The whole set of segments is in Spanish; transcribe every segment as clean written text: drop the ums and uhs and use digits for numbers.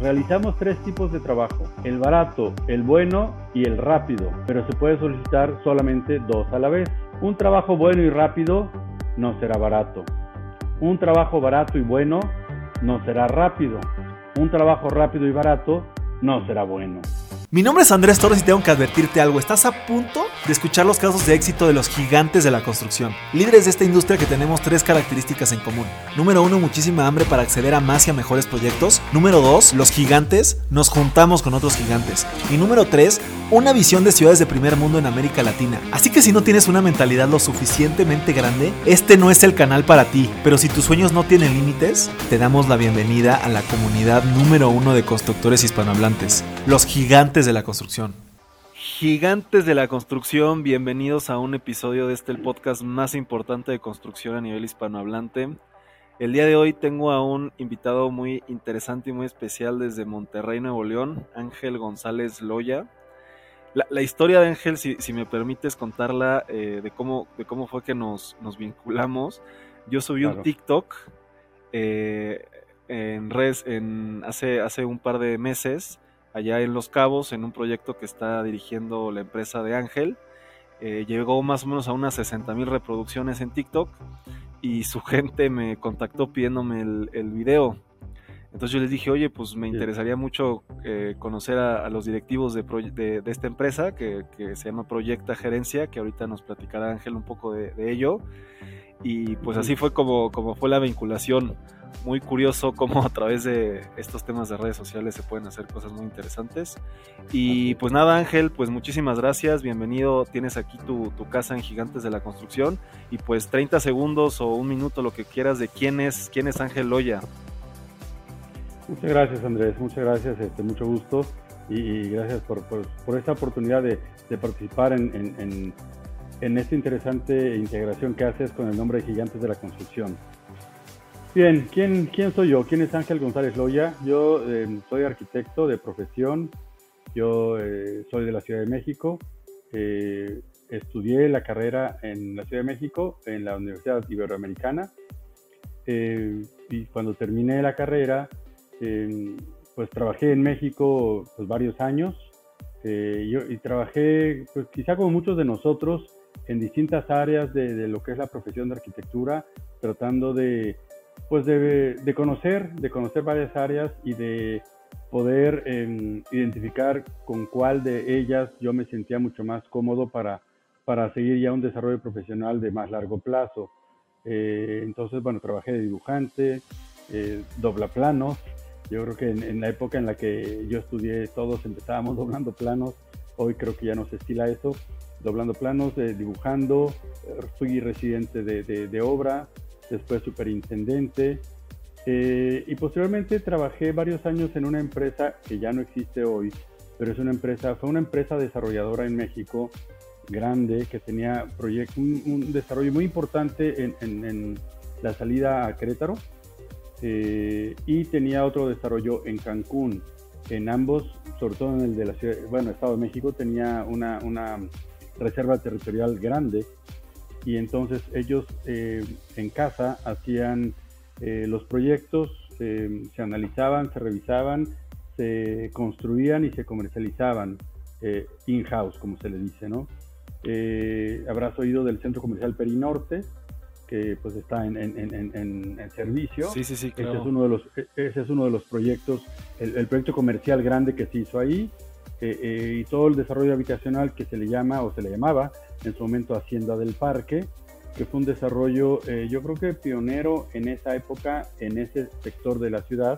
realizamos 3 tipos de trabajo: el barato, el bueno y el rápido, pero se puede solicitar solamente 2 a la vez. Un trabajo bueno y rápido no será barato. Un trabajo barato y bueno no será rápido. Un trabajo rápido y barato no será bueno. Mi nombre es Andrés Torres y tengo que advertirte algo. Estás a punto de escuchar los casos de éxito de los gigantes de la construcción. Líderes de esta industria que tenemos 3 características en común. Número 1, muchísima hambre para acceder a más y a mejores proyectos. Número 2, los gigantes nos juntamos con otros gigantes. Y número 3, una visión de ciudades de primer mundo en América Latina. Así que si no tienes una mentalidad lo suficientemente grande, este no es el canal para ti. Pero si tus sueños no tienen límites, te damos la bienvenida a la comunidad número 1 de constructores hispanohablantes. Los gigantes de la construcción. Gigantes de la construcción, bienvenidos a un episodio de el podcast más importante de construcción a nivel hispanohablante. El día de hoy tengo a un invitado muy interesante y muy especial desde Monterrey, Nuevo León, Ángel González Loya. La historia de Ángel, si me permites contarla, de cómo fue que nos vinculamos. Yo subí Claro. un TikTok en redes hace un par de meses, allá en Los Cabos, en un proyecto que está dirigiendo la empresa de Ángel. Llegó más o menos a unas 60,000 reproducciones en TikTok y su gente me contactó pidiéndome el video. Entonces yo les dije, oye, pues me interesaría mucho conocer a los directivos de esta empresa que se llama Proyecta Gerencia, que ahorita nos platicará Ángel un poco de ello. Y pues así fue como fue la vinculación. Muy curioso cómo a través de estos temas de redes sociales se pueden hacer cosas muy interesantes. Y pues nada, Ángel, pues muchísimas gracias, bienvenido. Tienes aquí tu casa en Gigantes de la Construcción. Y pues 30 segundos o un minuto, lo que quieras, de quién es Ángel Loya. Muchas gracias, Andrés, muchas gracias, mucho gusto y gracias por esta oportunidad de participar en esta interesante integración que haces con el nombre de Gigantes de la Construcción. Bien, ¿quién soy yo? ¿Quién es Ángel González Loya? Yo soy arquitecto de profesión, yo soy de la Ciudad de México, estudié la carrera en la Ciudad de México, en la Universidad Iberoamericana, y cuando terminé la carrera, pues trabajé en México pues varios años, y trabajé pues quizá como muchos de nosotros en distintas áreas de lo que es la profesión de arquitectura, tratando de conocer varias áreas y de poder identificar con cuál de ellas yo me sentía mucho más cómodo para seguir ya un desarrollo profesional de más largo plazo. Entonces, bueno, trabajé de dibujante, doblaplanos. Yo creo que en la época en la que yo estudié todos empezábamos doblando planos. Hoy creo que ya no se estila eso. Doblando planos, dibujando, fui residente de obra, después superintendente, y posteriormente trabajé varios años en una empresa que ya no existe hoy, pero fue una empresa desarrolladora en México grande que tenía un desarrollo muy importante en la salida a Querétaro, y tenía otro desarrollo en Cancún. En ambos, sobre todo en el de la ciudad, Estado de México, tenía una reserva territorial grande, y entonces ellos en casa hacían los proyectos, se analizaban, se revisaban, se construían y se comercializaban in-house, como se le dice, ¿no? Habrás oído del Centro Comercial Perinorte, que pues está en servicio. Sí, claro. Ese es uno de los proyectos, el proyecto comercial grande que se hizo ahí, y todo el desarrollo habitacional que se le llamaba en su momento Hacienda del Parque, que fue un desarrollo yo creo que pionero en esa época, en ese sector de la ciudad,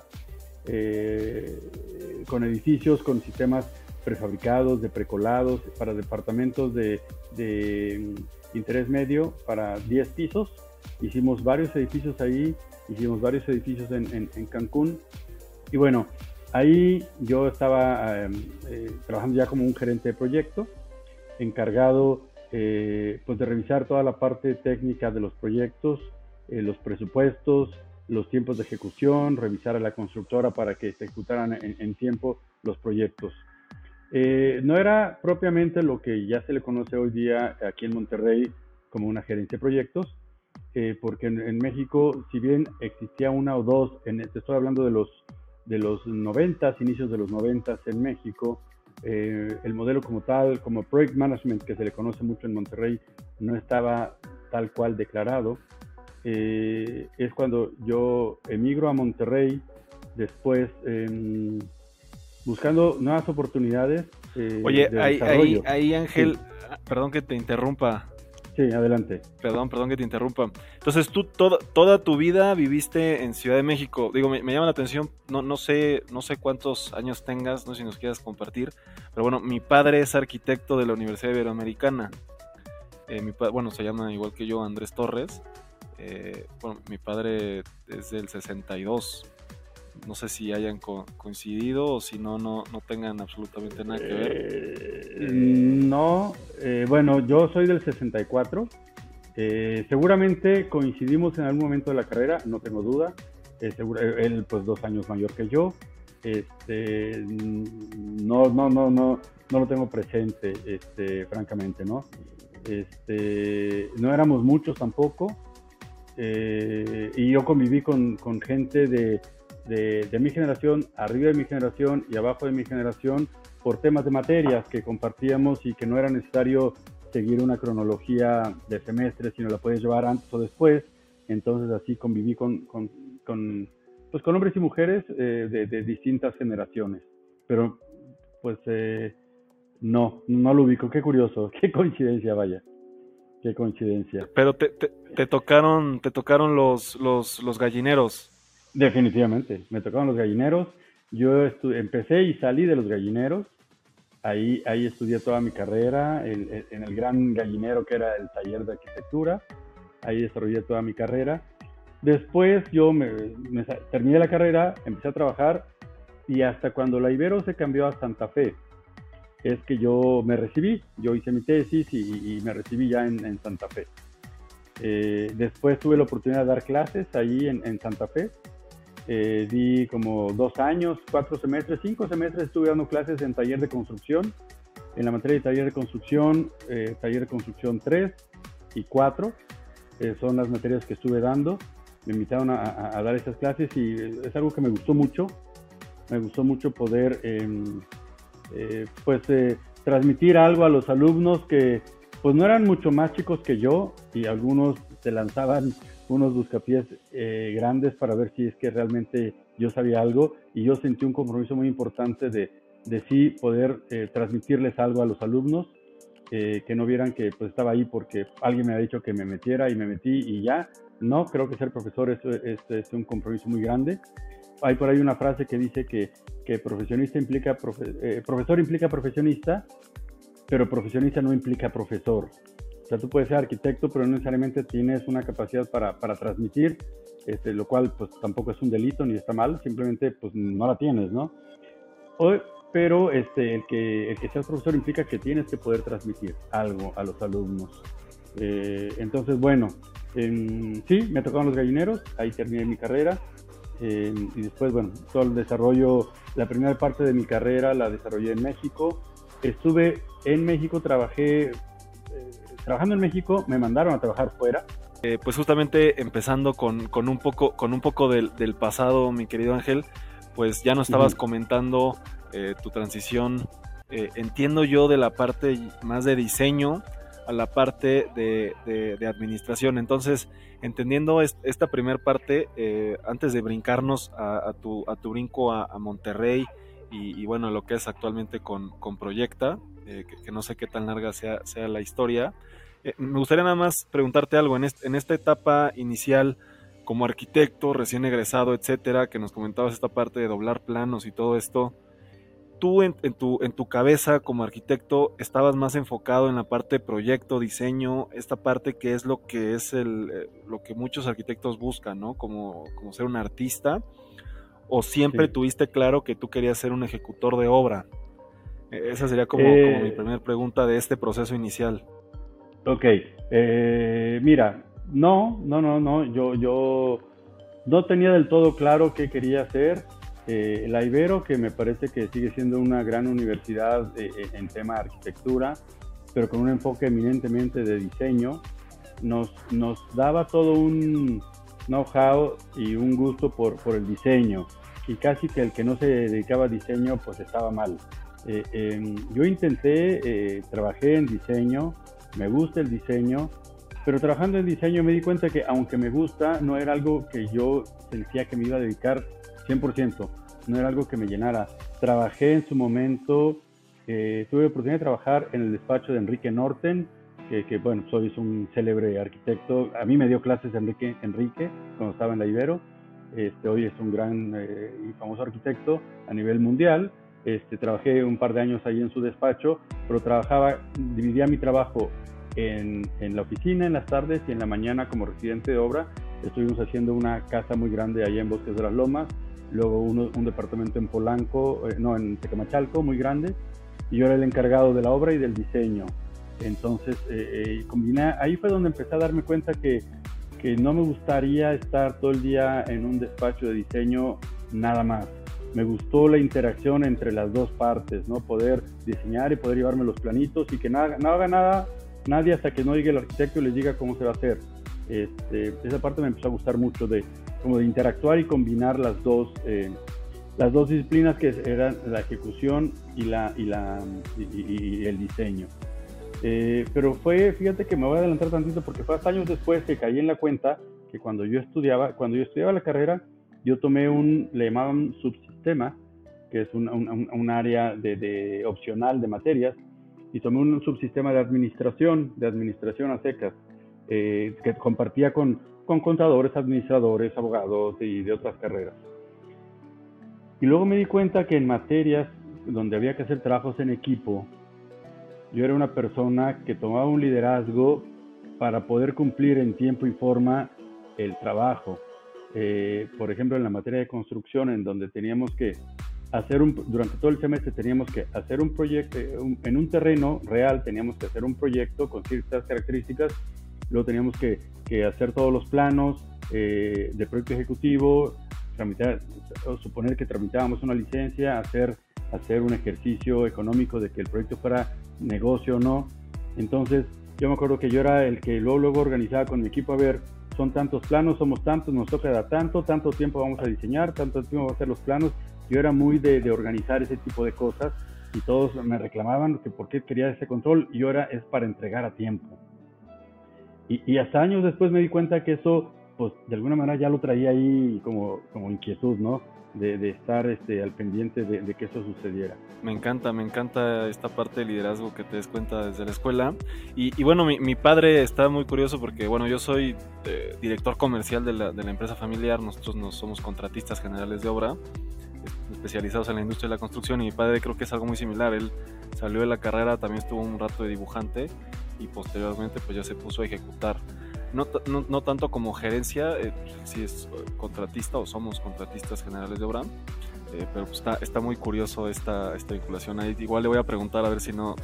con edificios, con sistemas prefabricados, de precolados, para departamentos de interés medio, para 10 pisos. Hicimos varios edificios ahí, hicimos varios edificios en Cancún, y bueno, ahí yo estaba trabajando ya como un gerente de proyecto, encargado pues de revisar toda la parte técnica de los proyectos, los presupuestos, los tiempos de ejecución, revisar a la constructora para que se ejecutaran en tiempo los proyectos. No era propiamente lo que ya se le conoce hoy día aquí en Monterrey como una gerencia de proyectos, porque en México, si bien existía una o dos, te estoy hablando de los los 90, inicios de los 90 en México. El modelo como tal, como Project Management, que se le conoce mucho en Monterrey, no estaba tal cual declarado. Es cuando yo emigro a Monterrey, después buscando nuevas oportunidades. Oye, ahí Ángel, sí. Perdón que te interrumpa. Sí, adelante. Perdón que te interrumpa. Entonces, tú toda tu vida viviste en Ciudad de México. Digo, me llama la atención, no sé cuántos años tengas, no sé si nos quieras compartir, pero bueno, mi padre es arquitecto de la Universidad Iberoamericana. Se llama igual que yo, Andrés Torres. Mi padre es del 62. No sé si hayan coincidido o si no tengan absolutamente nada que ver. No, yo soy del 64. Seguramente coincidimos en algún momento de la carrera, no tengo duda. Él, pues, 2 años mayor que yo. No lo tengo presente, francamente, ¿no? No éramos muchos tampoco. Y yo conviví con gente de mi generación, arriba de mi generación y abajo de mi generación, por temas de materias que compartíamos y que no era necesario seguir una cronología de semestres, sino la puedes llevar antes o después. Entonces así conviví con hombres y mujeres de distintas generaciones. Pero pues no lo ubico. Qué curioso, qué coincidencia, vaya. Qué coincidencia. Pero te tocaron los gallineros. Definitivamente, me tocaron los gallineros. Yo empecé y salí de los gallineros. Ahí estudié toda mi carrera en el gran gallinero que era el taller de arquitectura. Ahí desarrollé toda mi carrera. Después yo terminé la carrera, empecé a trabajar y hasta cuando la Ibero se cambió a Santa Fe, es que yo me recibí. Yo hice mi tesis y me recibí ya en Santa Fe. Después tuve la oportunidad de dar clases ahí en Santa Fe. Di como 2 años, 4 semestres, 5 semestres estuve dando clases en taller de construcción. En la materia de taller de construcción 3 y 4 son las materias que estuve dando. Me invitaron a dar esas clases y es algo que me gustó mucho. Me gustó mucho poder transmitir algo a los alumnos que pues no eran mucho más chicos que yo, y algunos se lanzaban unos buscapiés grandes para ver si es que realmente yo sabía algo, y yo sentí un compromiso muy importante de sí poder transmitirles algo a los alumnos, que no vieran que pues estaba ahí porque alguien me ha dicho que me metiera y me metí y ya. No, creo que ser profesor es un compromiso muy grande. Hay por ahí una frase que dice que profesionista implica profesor implica profesionista, pero profesionista no implica profesor. O sea, tú puedes ser arquitecto, pero no necesariamente tienes una capacidad para transmitir, lo cual pues tampoco es un delito ni está mal, simplemente pues no la tienes, ¿no? Pero el que seas profesor implica que tienes que poder transmitir algo a los alumnos. Entonces, bueno, sí, me tocaron los gallineros, ahí terminé mi carrera. Y después, bueno, todo el desarrollo, la primera parte de mi carrera la desarrollé en México. Estuve en México, trabajando en México, me mandaron a trabajar fuera. Pues justamente empezando con un poco del pasado, mi querido Ángel, pues ya nos estabas comentando tu transición, entiendo yo, de la parte más de diseño a la parte de administración. Entonces, entendiendo esta primera parte, antes de brincarnos a tu brinco a Monterrey y bueno, lo que es actualmente con Proyecta, que no sé qué tan larga sea la historia, me gustaría nada más preguntarte algo. En esta etapa inicial como arquitecto, recién egresado, etcétera, que nos comentabas esta parte de doblar planos y todo esto, tú en tu cabeza como arquitecto estabas más enfocado en la parte de proyecto, diseño, esta parte que es lo que muchos arquitectos buscan, ¿no? Como ser un artista, o siempre tuviste claro que tú querías ser un ejecutor de obra. Esa sería como mi primera pregunta de este proceso inicial. Ok, mira, no, yo no tenía del todo claro qué quería hacer. La Ibero, que me parece que sigue siendo una gran universidad en tema de arquitectura, pero con un enfoque eminentemente de diseño, nos daba todo un know-how y un gusto por el diseño. y casi que el que no se dedicaba a diseño pues estaba mal. Yo intenté, trabajé en diseño, me gusta el diseño, pero trabajando en diseño me di cuenta que aunque me gusta, no era algo que yo sentía que me iba a dedicar 100%, no era algo que me llenara. Trabajé en su momento, tuve la oportunidad de trabajar en el despacho de Enrique Norten, que bueno, soy un célebre arquitecto. A mí me dio clases Enrique cuando estaba en la Ibero. Hoy es un gran y famoso arquitecto a nivel mundial. Trabajé un par de años ahí en su despacho, pero dividía mi trabajo en la oficina en las tardes y en la mañana como residente de obra. Estuvimos haciendo una casa muy grande allá en Bosques de las Lomas, luego un departamento en Polanco, en Tecamachalco, muy grande, y yo era el encargado de la obra y del diseño. Entonces, combiné, ahí fue donde empecé a darme cuenta que no me gustaría estar todo el día en un despacho de diseño nada más. Me gustó la interacción entre las dos partes, ¿no? Poder diseñar y poder llevarme los planitos y que no haga nada nadie hasta que no llegue el arquitecto y les diga cómo se va a hacer. Esa parte me empezó a gustar mucho de interactuar y combinar las dos disciplinas que eran la ejecución y el diseño. Pero fíjate que me voy a adelantar tantito porque fue hasta años después que caí en la cuenta que cuando yo estudiaba la carrera, yo tomé le llamaban subsistema, que es un área de opcional de materias, y tomé un subsistema de administración a secas, que compartía con contadores, administradores, abogados y de otras carreras. Y luego me di cuenta que en materias donde había que hacer trabajos en equipo, yo era una persona que tomaba un liderazgo para poder cumplir en tiempo y forma el trabajo. Por ejemplo, en la materia de construcción, en donde teníamos que durante todo el semestre teníamos que hacer un proyecto, en un terreno real teníamos que hacer un proyecto con ciertas características, luego teníamos que hacer todos los planos de proyecto ejecutivo, suponer que tramitábamos una licencia, hacer un ejercicio económico de que el proyecto fuera negocio o no. Entonces yo me acuerdo que yo era el que luego organizaba con mi equipo, a ver, son tantos planos, somos tantos, nos toca dar tanto tiempo vamos a diseñar, tanto tiempo vamos a hacer los planos. Yo era muy de organizar ese tipo de cosas y todos me reclamaban que por qué quería ese control, y yo es para entregar a tiempo. Y hasta años después me di cuenta que eso, pues de alguna manera ya lo traía ahí como inquietud, ¿no? De estar al pendiente de que eso sucediera. Me encanta esta parte de liderazgo que te des cuenta desde la escuela. Y bueno, mi padre está muy curioso porque, bueno, yo soy director comercial de la empresa familiar. Nosotros no somos contratistas generales de obra, especializados en la industria de la construcción, y mi padre creo que es algo muy similar. Él salió de la carrera, también estuvo un rato de dibujante y posteriormente pues ya se puso a ejecutar. No tanto como gerencia, si es contratista o somos contratistas generales de obra, pero pues está muy curioso esta vinculación ahí. Igual le voy a preguntar a ver si no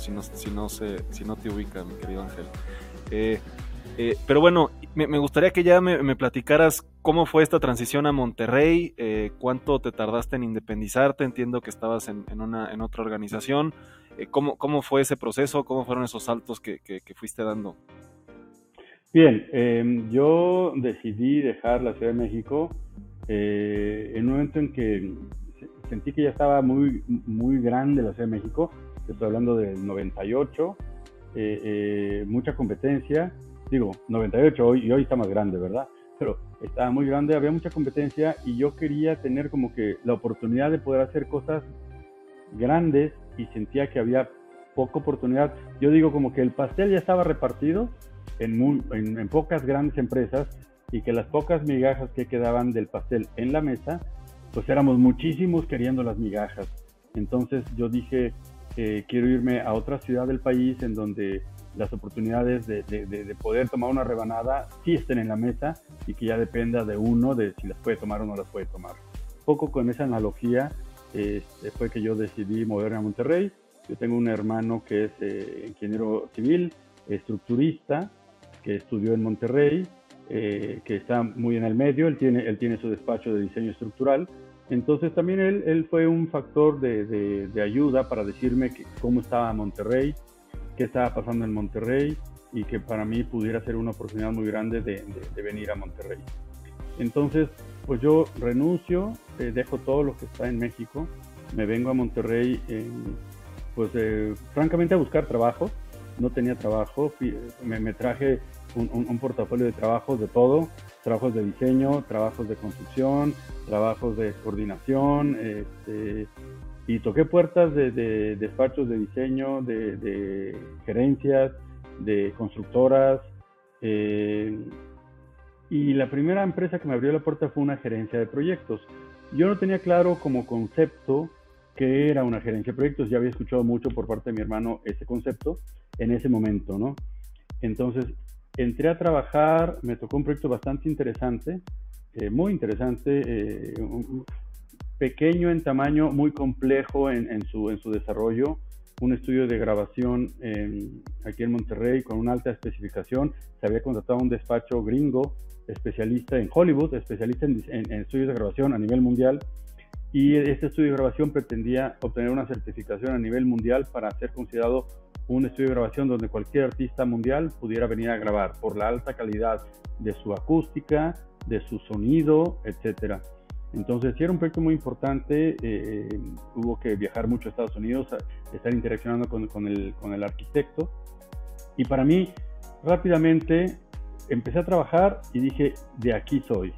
te ubica, mi querido Ángel. Pero bueno, me gustaría que ya me platicaras cómo fue esta transición a Monterrey, cuánto te tardaste en independizarte. Entiendo que estabas en otra organización. ¿Cómo fue ese proceso? ¿Cómo fueron esos saltos que fuiste dando? Bien, yo decidí dejar la Ciudad de México en un momento en que sentí que ya estaba muy, muy grande la Ciudad de México. Estoy hablando del 98, mucha competencia. Digo, 98 hoy está más grande, ¿verdad? Pero estaba muy grande, había mucha competencia y yo quería tener como que la oportunidad de poder hacer cosas grandes y sentía que había poca oportunidad. Yo digo como que el pastel ya estaba repartido en pocas grandes empresas y que las pocas migajas que quedaban del pastel en la mesa, pues éramos muchísimos queriendo las migajas. Entonces yo dije, quiero irme a otra ciudad del país en donde las oportunidades de poder tomar una rebanada sí estén en la mesa y que ya dependa de uno de si las puede tomar o no las puede tomar. Poco con esa analogía fue que yo decidí moverme a Monterrey. Yo tengo un hermano que es ingeniero civil, estructurista, que estudió en Monterrey, que está muy en el medio. Él tiene su despacho de diseño estructural. Entonces también él fue un factor de ayuda para decirme cómo estaba Monterrey, qué estaba pasando en Monterrey, y que para mí pudiera ser una oportunidad muy grande de venir a Monterrey. Entonces, pues yo renuncio dejo todo lo que está en México, me vengo a Monterrey, francamente a buscar trabajo. No tenía trabajo, me traje un portafolio de trabajos de todo, trabajos de diseño, trabajos de construcción, trabajos de coordinación, y toqué puertas de despachos de diseño, de gerencias, de constructoras, y la primera empresa que me abrió la puerta fue una gerencia de proyectos. Yo no tenía claro como concepto qué era una gerencia de proyectos, ya había escuchado mucho por parte de mi hermano ese concepto en ese momento, ¿no? Entonces, entré a trabajar, me tocó un proyecto bastante interesante, muy interesante, pequeño en tamaño, muy complejo en su desarrollo, un estudio de grabación aquí en Monterrey con una alta especificación. Se había contratado un despacho gringo, especialista en Hollywood, especialista en estudios de grabación a nivel mundial, y este estudio de grabación pretendía obtener una certificación a nivel mundial para ser considerado un estudio de grabación donde cualquier artista mundial pudiera venir a grabar por la alta calidad de su acústica, de su sonido, etcétera. Entonces, sí era un proyecto muy importante, hubo que viajar mucho a Estados Unidos, estar interaccionando con el arquitecto, y para mí, rápidamente, empecé a trabajar y dije, de aquí soy,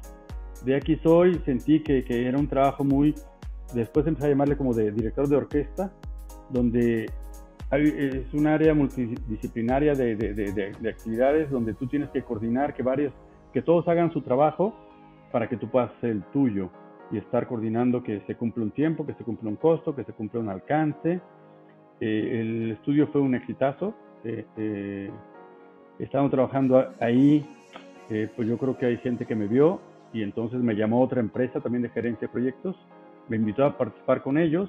sentí que era un trabajo después empecé a llamarle como de director de orquesta, donde es un área multidisciplinaria de actividades donde tú tienes que coordinar que todos hagan su trabajo para que tú puedas hacer el tuyo, y estar coordinando que se cumpla un tiempo, que se cumpla un costo, que se cumpla un alcance. El estudio fue un exitazo. Estábamos trabajando ahí, pues yo creo que hay gente que me vio, y entonces me llamó otra empresa también de gerencia de proyectos, me invitó a participar con ellos.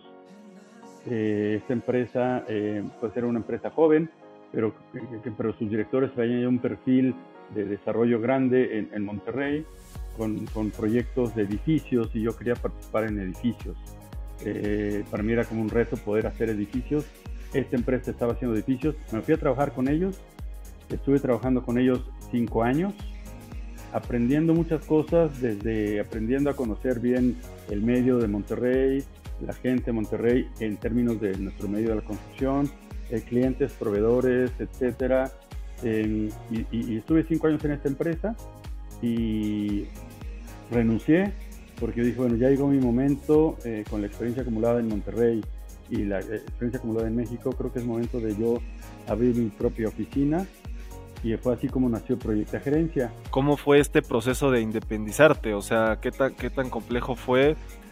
Esta empresa pues era una empresa joven, pero sus directores traían ya un perfil de desarrollo grande en Monterrey, con proyectos de edificios, y yo quería participar en edificios. Para mí era como un reto poder hacer edificios. Esta empresa estaba haciendo edificios, me fui a trabajar con ellos, estuve trabajando con ellos 5 años, aprendiendo muchas cosas, desde aprendiendo a conocer bien el medio de Monterrey, la gente de Monterrey en términos de nuestro medio de la construcción, clientes, proveedores, etcétera. Y estuve 5 años en esta empresa y renuncié porque yo dije, bueno, ya llegó mi momento, con la experiencia acumulada en Monterrey y la experiencia acumulada en México, creo que es momento de yo abrir mi propia oficina, y fue así como nació Proyecta Gerencia. ¿Cómo fue este proceso de independizarte? O sea, ¿qué tan complejo fue?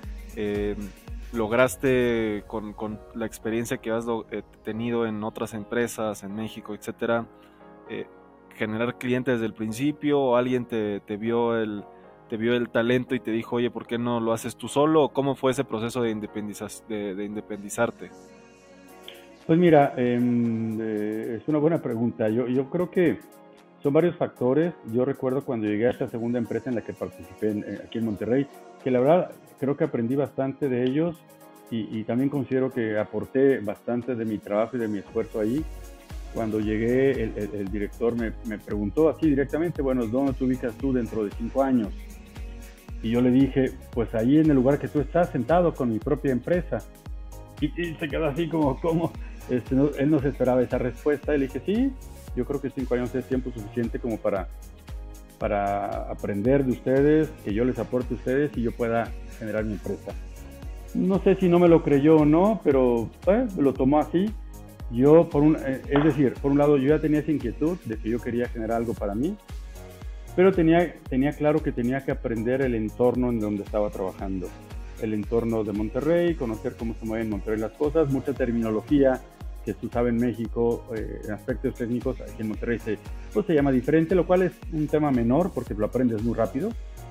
¿Lograste con la experiencia que has tenido en otras empresas en México, etcétera, generar clientes desde el principio, o alguien te vio el talento y te dijo, oye, ¿por qué no lo haces tú solo? ¿Cómo fue ese proceso de independizarte? Pues mira, es una buena pregunta. Yo creo que son varios factores. Yo recuerdo cuando llegué a esta segunda empresa en la que participé aquí en Monterrey, que la verdad creo que aprendí bastante de ellos, y también considero que aporté bastante de mi trabajo y de mi esfuerzo ahí. Cuando llegué, el director me preguntó así directamente, bueno, ¿dónde te ubicas tú dentro de 5 años? Y yo le dije, pues ahí en el lugar que tú estás, sentado con mi propia empresa. Y se quedó así como, ¿cómo? Él no se esperaba esa respuesta. Y le dije, sí, yo creo que 5 años es tiempo suficiente como para aprender de ustedes, que yo les aporte a ustedes y yo pueda generar mi empresa. No sé si no me lo creyó o no, pero lo tomó así. Yo, por un lado, yo ya tenía esa inquietud de que yo quería generar algo para mí, pero tenía claro que tenía que aprender el entorno en donde estaba trabajando. El entorno de Monterrey, conocer cómo se mueven en Monterrey las cosas, mucha terminología que se usaba en México, en aspectos técnicos, aquí en Monterrey se llama diferente, lo cual es un tema menor porque lo aprendes muy rápido.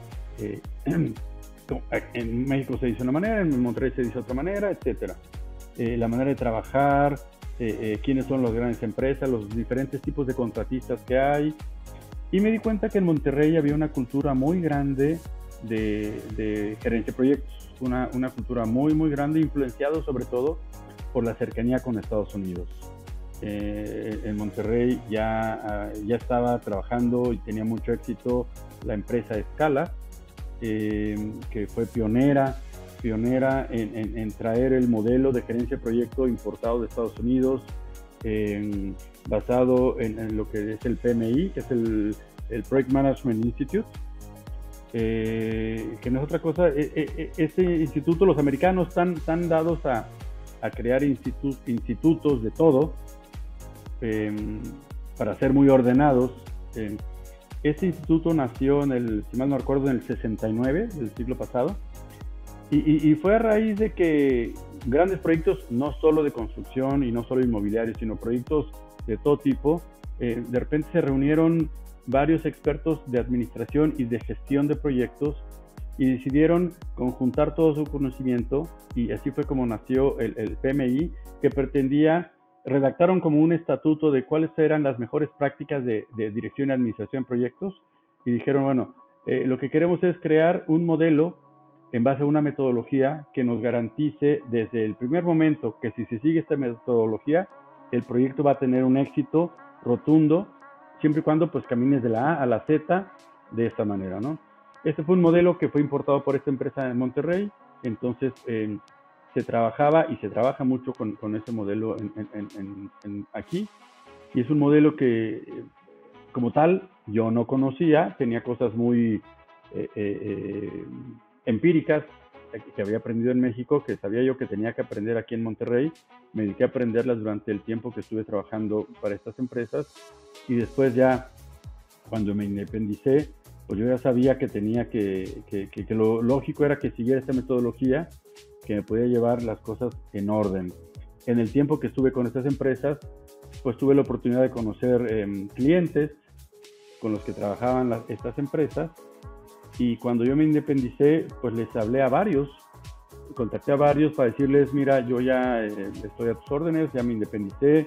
En México se dice una manera, en Monterrey se dice otra manera, etcétera. La manera de trabajar, quiénes son las grandes empresas, los diferentes tipos de contratistas que hay. Y me di cuenta que en Monterrey había una cultura muy grande de gerencia de proyectos, una cultura muy, muy grande, influenciado sobre todo por la cercanía con Estados Unidos. En Monterrey ya estaba trabajando y tenía mucho éxito la empresa Scala, que fue pionera pionera en traer el modelo de gerencia de proyecto importado de Estados Unidos, basado en lo que es el PMI, que es el Project Management Institute, que no es otra cosa. Este instituto, los americanos están dados a crear institutos de todo, para ser muy ordenados. Este instituto nació si mal no recuerdo, en el 69 del siglo pasado, y fue a raíz de que grandes proyectos, no solo de construcción y no solo inmobiliarios, sino proyectos de todo tipo, de repente se reunieron varios expertos de administración y de gestión de proyectos y decidieron conjuntar todo su conocimiento, y así fue como nació el PMI, que redactaron como un estatuto de cuáles eran las mejores prácticas de dirección y administración de proyectos, y dijeron, bueno, lo que queremos es crear un modelo en base a una metodología que nos garantice desde el primer momento que si se sigue esta metodología, el proyecto va a tener un éxito rotundo, siempre y cuando pues camines de la A a la Z de esta manera, ¿no? Este fue un modelo que fue importado por esta empresa de Monterrey. Entonces se trabajaba y se trabaja mucho con ese modelo aquí, y es un modelo que como tal yo no conocía, tenía cosas muy empíricas que había aprendido en México, que sabía yo que tenía que aprender aquí en Monterrey. Me dediqué a aprenderlas durante el tiempo que estuve trabajando para estas empresas, y después ya cuando me independicé, pues yo ya sabía que tenía que lo lógico era que siguiera esta metodología que me podía llevar las cosas en orden. En el tiempo que estuve con estas empresas, pues tuve la oportunidad de conocer clientes con los que trabajaban estas empresas, y cuando yo me independicé, pues les hablé a varios, contacté a varios para decirles, mira, yo ya estoy a tus órdenes, ya me independicé.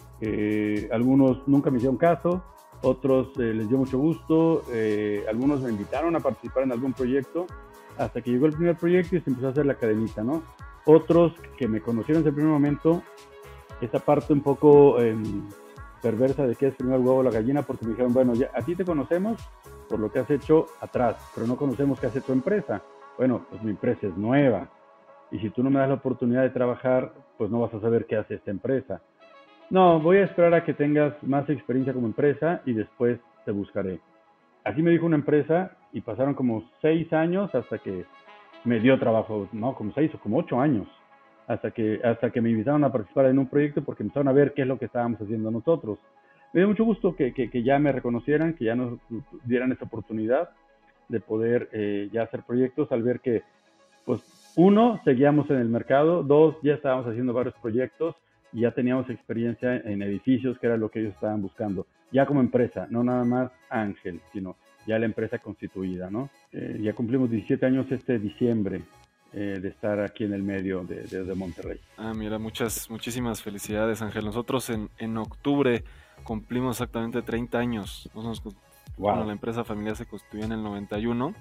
Algunos nunca me hicieron caso, otros les dio mucho gusto, algunos me invitaron a participar en algún proyecto, hasta que llegó el primer proyecto y se empezó a hacer la cadenita, ¿no? Otros que me conocieron desde el primer momento, esa parte un poco perversa de que es primero el huevo o la gallina, porque me dijeron, bueno, ya a ti te conocemos por lo que has hecho atrás, pero no conocemos qué hace tu empresa. Bueno, pues mi empresa es nueva, y si tú no me das la oportunidad de trabajar, pues no vas a saber qué hace esta empresa. No, voy a esperar a que tengas más experiencia como empresa y después te buscaré. Así me dijo una empresa, y pasaron como 6 años hasta que me dio trabajo, no, como 6 o como 8 años, hasta que me invitaron a participar en un proyecto, porque empezaron a ver qué es lo que estábamos haciendo nosotros. Me dio mucho gusto que ya me reconocieran, que ya nos dieran esta oportunidad de poder ya hacer proyectos, al ver que, pues, 1, seguíamos en el mercado, 2, ya estábamos haciendo varios proyectos y ya teníamos experiencia en edificios, que era lo que ellos estaban buscando, ya como empresa, no nada más Ángel, sino ya la empresa constituida, ¿no? Ya cumplimos 17 años este diciembre de estar aquí en el medio de Monterrey. Mira, muchísimas felicidades, Ángel. Nosotros en octubre cumplimos exactamente 30 años. Wow. Bueno, la empresa familiar se constituyó en el 91.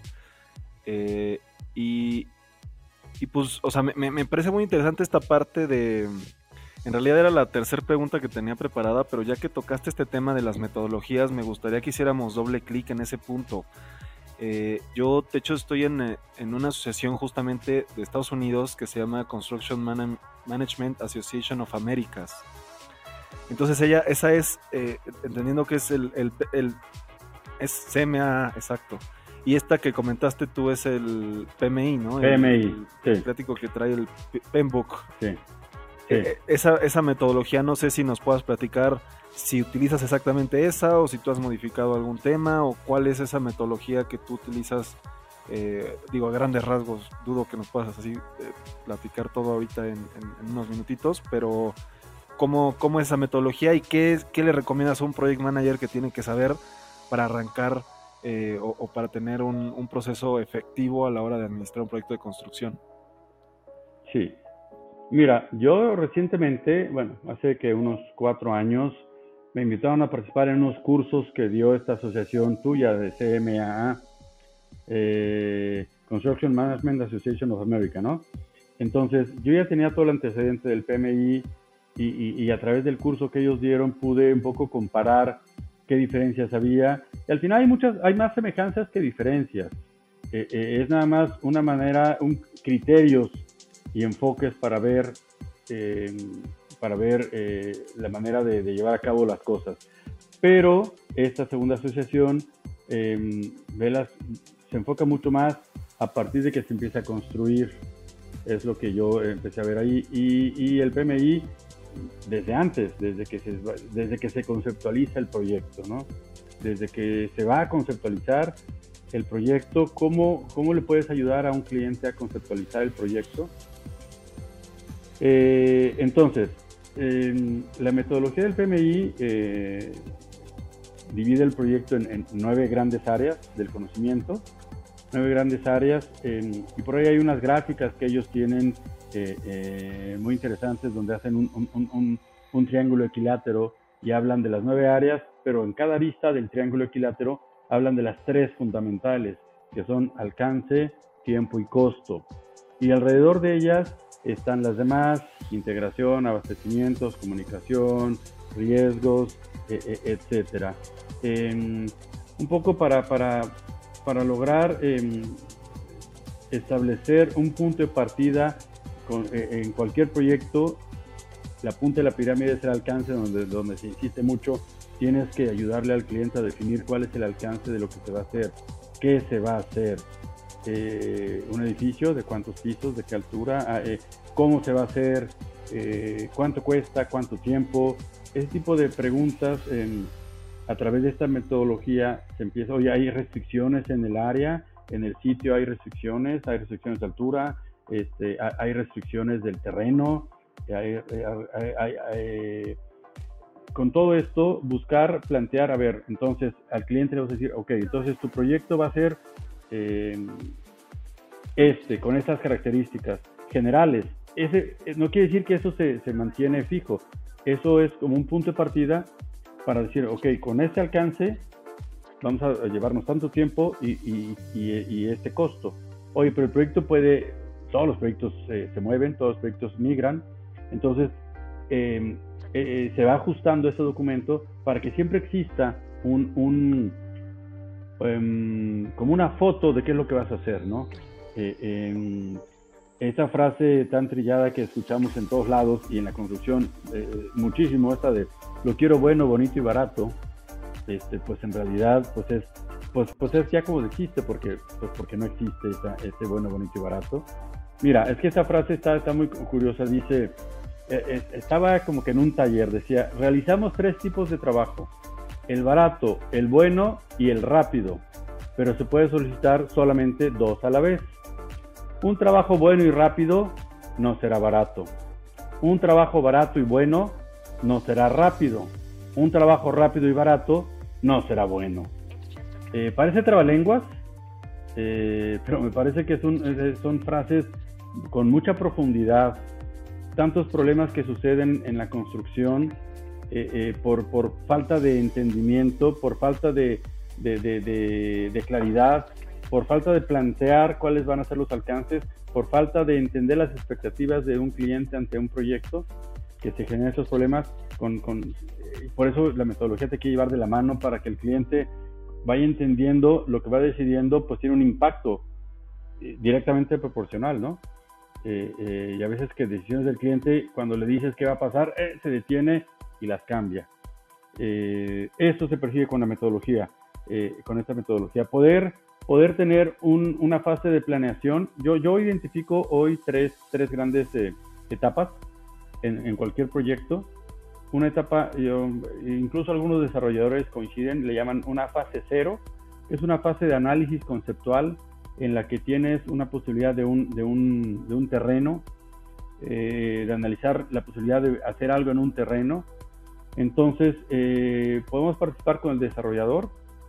Y pues, o sea, me parece muy interesante esta parte de... En realidad era la tercera pregunta que tenía preparada, pero ya que tocaste este tema de las metodologías, me gustaría que hiciéramos doble clic en ese punto. Yo, de hecho, estoy en una asociación justamente de Estados Unidos que se llama Construction Management Association of Americas. Entonces esa es, entendiendo que es es CMA, exacto. Y esta que comentaste tú es el PMI, ¿no? PMI, el plático que trae el PMBOK. Sí. Sí. Esa metodología, no sé si nos puedas platicar si utilizas exactamente esa, o si tú has modificado algún tema, o cuál es esa metodología que tú utilizas. Digo, a grandes rasgos, dudo que nos puedas así platicar todo ahorita en unos minutitos, pero ¿cómo es esa metodología y qué le recomiendas a un project manager que tiene que saber para arrancar o para tener un proceso efectivo a la hora de administrar un proyecto de construcción? Sí. Mira, yo recientemente, bueno, hace que unos 4 años, me invitaron a participar en unos cursos que dio esta asociación tuya de CMAA, Construction Management Association of America, ¿no? Entonces, yo ya tenía todo el antecedente del PMI y a través del curso que ellos dieron pude un poco comparar qué diferencias había. Y al final hay más semejanzas que diferencias. es nada más una manera, criterios y enfoques para ver la manera de llevar a cabo las cosas. Pero esta segunda asociación se enfoca mucho más a partir de que se empieza a construir, es lo que yo empecé a ver ahí, y el PMI desde antes, desde que se conceptualiza el proyecto, ¿no? Desde que se va a conceptualizar el proyecto, ¿cómo le puedes ayudar a un cliente a conceptualizar el proyecto? Entonces, la metodología del PMI divide el proyecto en 9 grandes áreas del conocimiento, 9 grandes áreas, y por ahí hay unas gráficas que ellos tienen muy interesantes, donde hacen un triángulo equilátero y hablan de las 9 áreas, pero en cada arista del triángulo equilátero hablan de las 3 fundamentales, que son alcance, tiempo y costo. Y alrededor de ellas están las demás: integración, abastecimientos, comunicación, riesgos, etcétera. Un poco para lograr establecer un punto de partida en cualquier proyecto. La punta de la pirámide es el alcance, donde se insiste mucho. Tienes que ayudarle al cliente a definir cuál es el alcance de lo que se va a hacer, qué se va a hacer, un edificio, de cuántos pisos, de qué altura, cómo se va a hacer, cuánto cuesta, cuánto tiempo. Ese tipo de preguntas, a través de esta metodología se empieza. Oye, hay restricciones en el área, en el sitio hay restricciones de altura, hay restricciones del terreno, con todo esto buscar, plantear, a ver, entonces al cliente le vas a decir, ok, entonces tu proyecto va a ser con estas características generales. No quiere decir que eso se mantiene fijo, eso es como un punto de partida para decir, ok, con este alcance vamos a llevarnos tanto tiempo y este costo. Oye, pero el proyecto todos los proyectos se mueven, todos los proyectos migran, entonces se va ajustando ese documento para que siempre exista como una foto de qué es lo que vas a hacer, ¿no? Esa frase tan trillada que escuchamos en todos lados y en la construcción muchísimo, esta de lo quiero bueno, bonito y barato, pues en realidad pues es ya como dijiste, porque no existe ese bueno, bonito y barato. Mira, es que esta frase está muy curiosa. Dice, estaba como que en un taller, decía, realizamos 3 tipos de trabajo: el barato, el bueno y el rápido, pero se puede solicitar solamente 2 a la vez. Un trabajo bueno y rápido no será barato. Un trabajo barato y bueno no será rápido. Un trabajo rápido y barato no será bueno. Parece trabalenguas, pero me parece que son frases con mucha profundidad. Tantos problemas que suceden en la construcción por falta de entendimiento, por falta de claridad, por falta de plantear cuáles van a ser los alcances, por falta de entender las expectativas de un cliente ante un proyecto, que se generan esos problemas. Por eso la metodología te quiere llevar de la mano para que el cliente vaya entendiendo lo que va decidiendo, pues tiene un impacto directamente proporcional, ¿no? Y a veces que decisiones del cliente, cuando le dices qué va a pasar, se detiene y las cambia. Eso se persigue con la metodología, con esta metodología. Poder tener una fase de planeación. Yo identifico hoy tres grandes etapas en cualquier proyecto. Una etapa, incluso algunos desarrolladores coinciden, le llaman una fase 0, que es una fase de análisis conceptual en la que tienes una posibilidad de un terreno, de analizar la posibilidad de hacer algo en un terreno. Entonces, podemos participar con el desarrollador.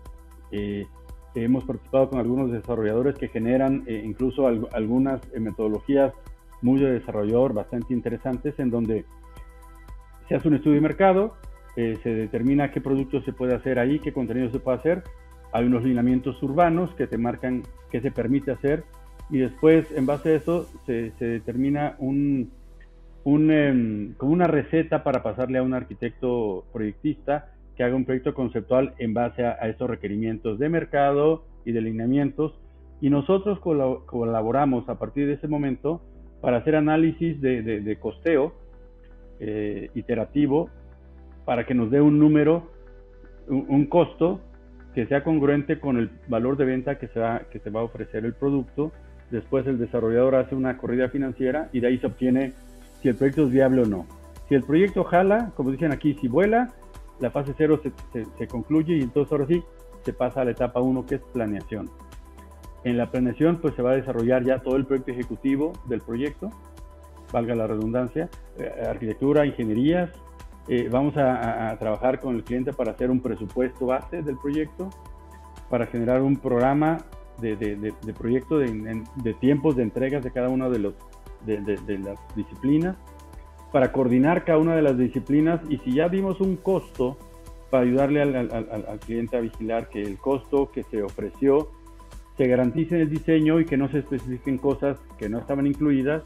Hemos participado con algunos desarrolladores que generan incluso algunas metodologías muy de desarrollador bastante interesantes, en donde se hace un estudio de mercado, se determina qué producto se puede hacer ahí, qué contenido se puede hacer. Hay unos lineamientos urbanos que te marcan qué se permite hacer, y después, en base a eso, se determina como una receta para pasarle a un arquitecto proyectista que haga un proyecto conceptual en base a esos requerimientos de mercado y de lineamientos. Y nosotros colaboramos a partir de ese momento para hacer análisis de costeo iterativo para que nos dé un número, un costo que sea congruente con el valor de venta que se va a ofrecer el producto. Después el desarrollador hace una corrida financiera y de ahí se obtiene si el proyecto es viable o no. Si el proyecto jala, como dicen aquí, si vuela, la fase 0 se concluye y entonces ahora sí se pasa a la etapa 1, que es planeación. En la planeación pues se va a desarrollar ya todo el proyecto ejecutivo del proyecto, valga la redundancia, arquitectura, ingenierías. Vamos a trabajar con el cliente para hacer un presupuesto base del proyecto, para generar un programa de proyecto de tiempos de entregas de cada una de las disciplinas, para coordinar cada una de las disciplinas, y si ya dimos un costo, para ayudarle al cliente a vigilar que el costo que se ofreció se garantice en el diseño y que no se especifiquen cosas que no estaban incluidas,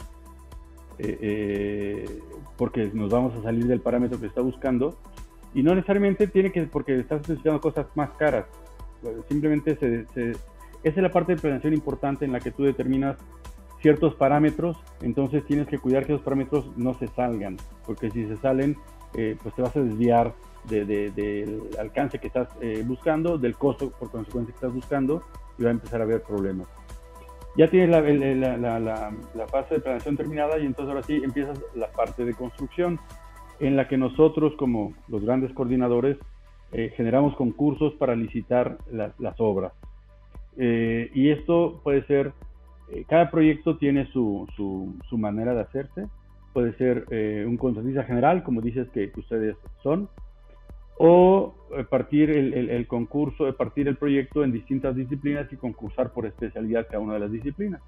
porque nos vamos a salir del parámetro que está buscando, y no necesariamente tiene que, porque estás especificando cosas más caras, simplemente esa es la parte de planeación importante en la que tú determinas ciertos parámetros. Entonces tienes que cuidar que esos parámetros no se salgan, porque si se salen, pues te vas a desviar del alcance que estás buscando, del costo por consecuencia que estás buscando, y va a empezar a haber problemas. Ya tienes la fase de planeación terminada y entonces ahora sí empiezas la parte de construcción, en la que nosotros, como los grandes coordinadores, generamos concursos para licitar las obras. Y esto puede ser, cada proyecto tiene su manera de hacerse. Puede ser un contratista general, como dices que ustedes son, o partir el concurso, partir el proyecto en distintas disciplinas y concursar por especialidad cada una de las disciplinas.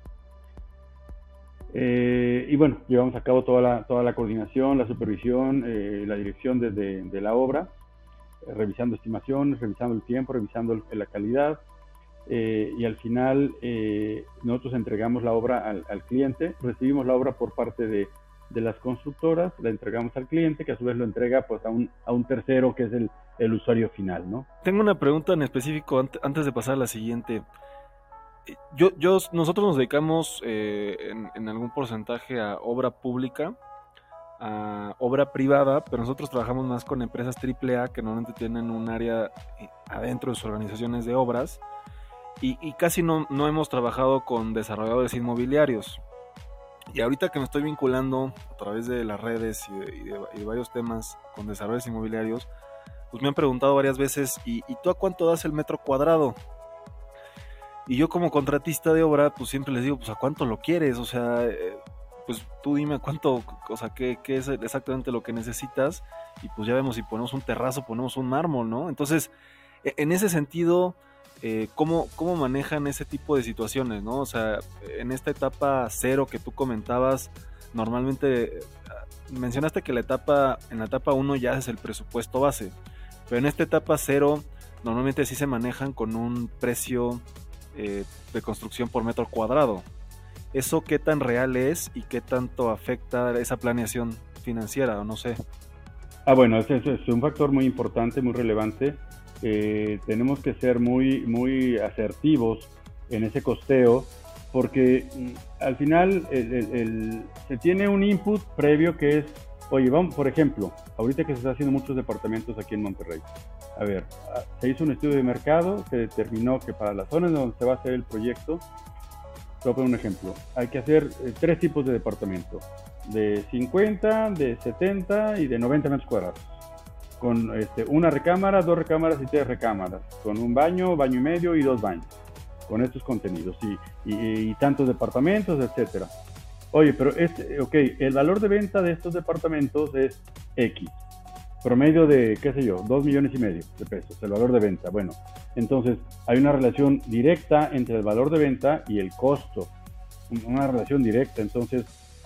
Y bueno, llevamos a cabo toda la coordinación, la supervisión, la dirección de la obra, revisando estimaciones, revisando el tiempo, revisando la calidad, y al final nosotros entregamos la obra al cliente, recibimos la obra por parte de las constructoras, la entregamos al cliente, que a su vez lo entrega pues a un tercero, que es el usuario final, ¿no? Tengo una pregunta en específico antes de pasar a la siguiente. Nosotros nos dedicamos en algún porcentaje a obra pública, a obra privada, pero nosotros trabajamos más con empresas AAA que normalmente tienen un área adentro de sus organizaciones de obras, y casi no hemos trabajado con desarrolladores inmobiliarios. Y ahorita que me estoy vinculando a través de las redes y de varios temas con desarrolladores inmobiliarios, pues me han preguntado varias veces, ¿y tú a cuánto das el metro cuadrado? Y yo como contratista de obra, pues siempre les digo, pues ¿a cuánto lo quieres? O sea, pues tú dime cuánto, o sea, qué es exactamente lo que necesitas, y pues ya vemos si ponemos un terrazo, ponemos un mármol, ¿no? Entonces, en ese sentido, ¿cómo manejan ese tipo de situaciones, ¿no? O sea, en esta etapa 0 que tú comentabas, normalmente mencionaste que en la etapa 1 ya es el presupuesto base, pero en esta etapa 0 normalmente sí se manejan con un precio de construcción por metro cuadrado. ¿Eso qué tan real es y qué tanto afecta esa planeación financiera, o no sé? Bueno, ese es un factor muy importante, muy relevante. Tenemos que ser muy asertivos en ese costeo, porque al final se tiene un input previo que es, oye, vamos, por ejemplo, ahorita que se está haciendo muchos departamentos aquí en Monterrey. A ver, se hizo un estudio de mercado que determinó que para las zonas donde se va a hacer el proyecto, te voy a poner un ejemplo, hay que hacer 3 tipos de departamento, de 50, de 70 y de 90 metros cuadrados, con una recámara, 2 recámaras y 3 recámaras, con un baño, baño y medio y 2 baños, con estos contenidos y tantos departamentos, etcétera. Oye, pero el valor de venta de estos departamentos es X, promedio de, qué sé yo, 2,5 millones de pesos, el valor de venta. Bueno, entonces hay una relación directa entre el valor de venta y el costo, una relación directa. Entonces,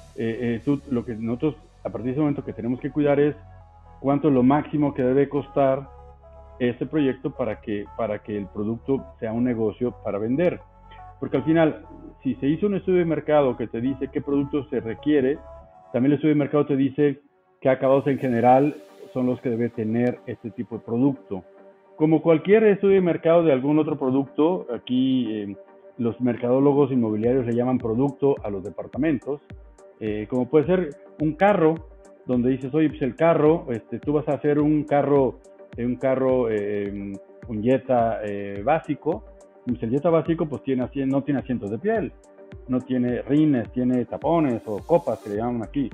lo que nosotros a partir de ese momento que tenemos que cuidar es cuánto es lo máximo que debe costar este proyecto para que el producto sea un negocio para vender. Porque al final, si se hizo un estudio de mercado que te dice qué producto se requiere, también el estudio de mercado te dice qué acabados en general son los que debe tener este tipo de producto. Como cualquier estudio de mercado de algún otro producto, aquí los mercadólogos inmobiliarios le llaman producto a los departamentos, como puede ser un carro, donde dices, oye, pues el carro, tú vas a hacer un carro, un Jetta básico, pues el Jetta básico pues no tiene asientos de piel, no tiene rines, tiene tapones o copas que le llaman aquí.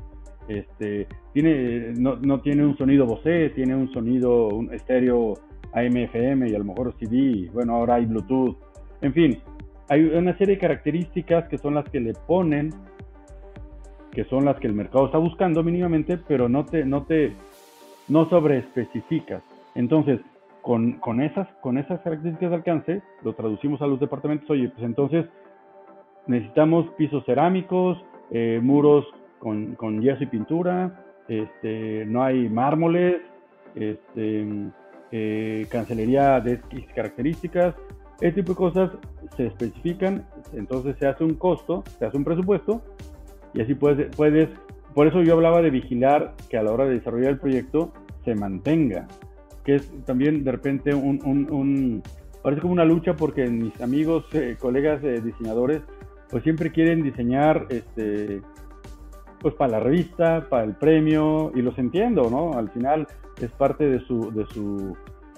No tiene un sonido Bose, tiene un sonido, un estéreo AM/FM y a lo mejor CD, bueno, ahora hay Bluetooth, en fin, hay una serie de características que son las que le ponen, que son las que el mercado está buscando mínimamente, pero no sobreespecificas. Entonces, con esas características de alcance, lo traducimos a los departamentos. Oye, pues entonces necesitamos pisos cerámicos, muros con yeso y pintura, no hay mármoles, cancelería de X características. Este tipo de cosas se especifican, entonces se hace un costo, se hace un presupuesto, y así puedes, por eso yo hablaba de vigilar que a la hora de desarrollar el proyecto se mantenga, que es también de repente parece como una lucha, porque mis amigos, colegas diseñadores, pues siempre quieren diseñar pues para la revista, para el premio, y los entiendo, ¿no? Al final es parte de su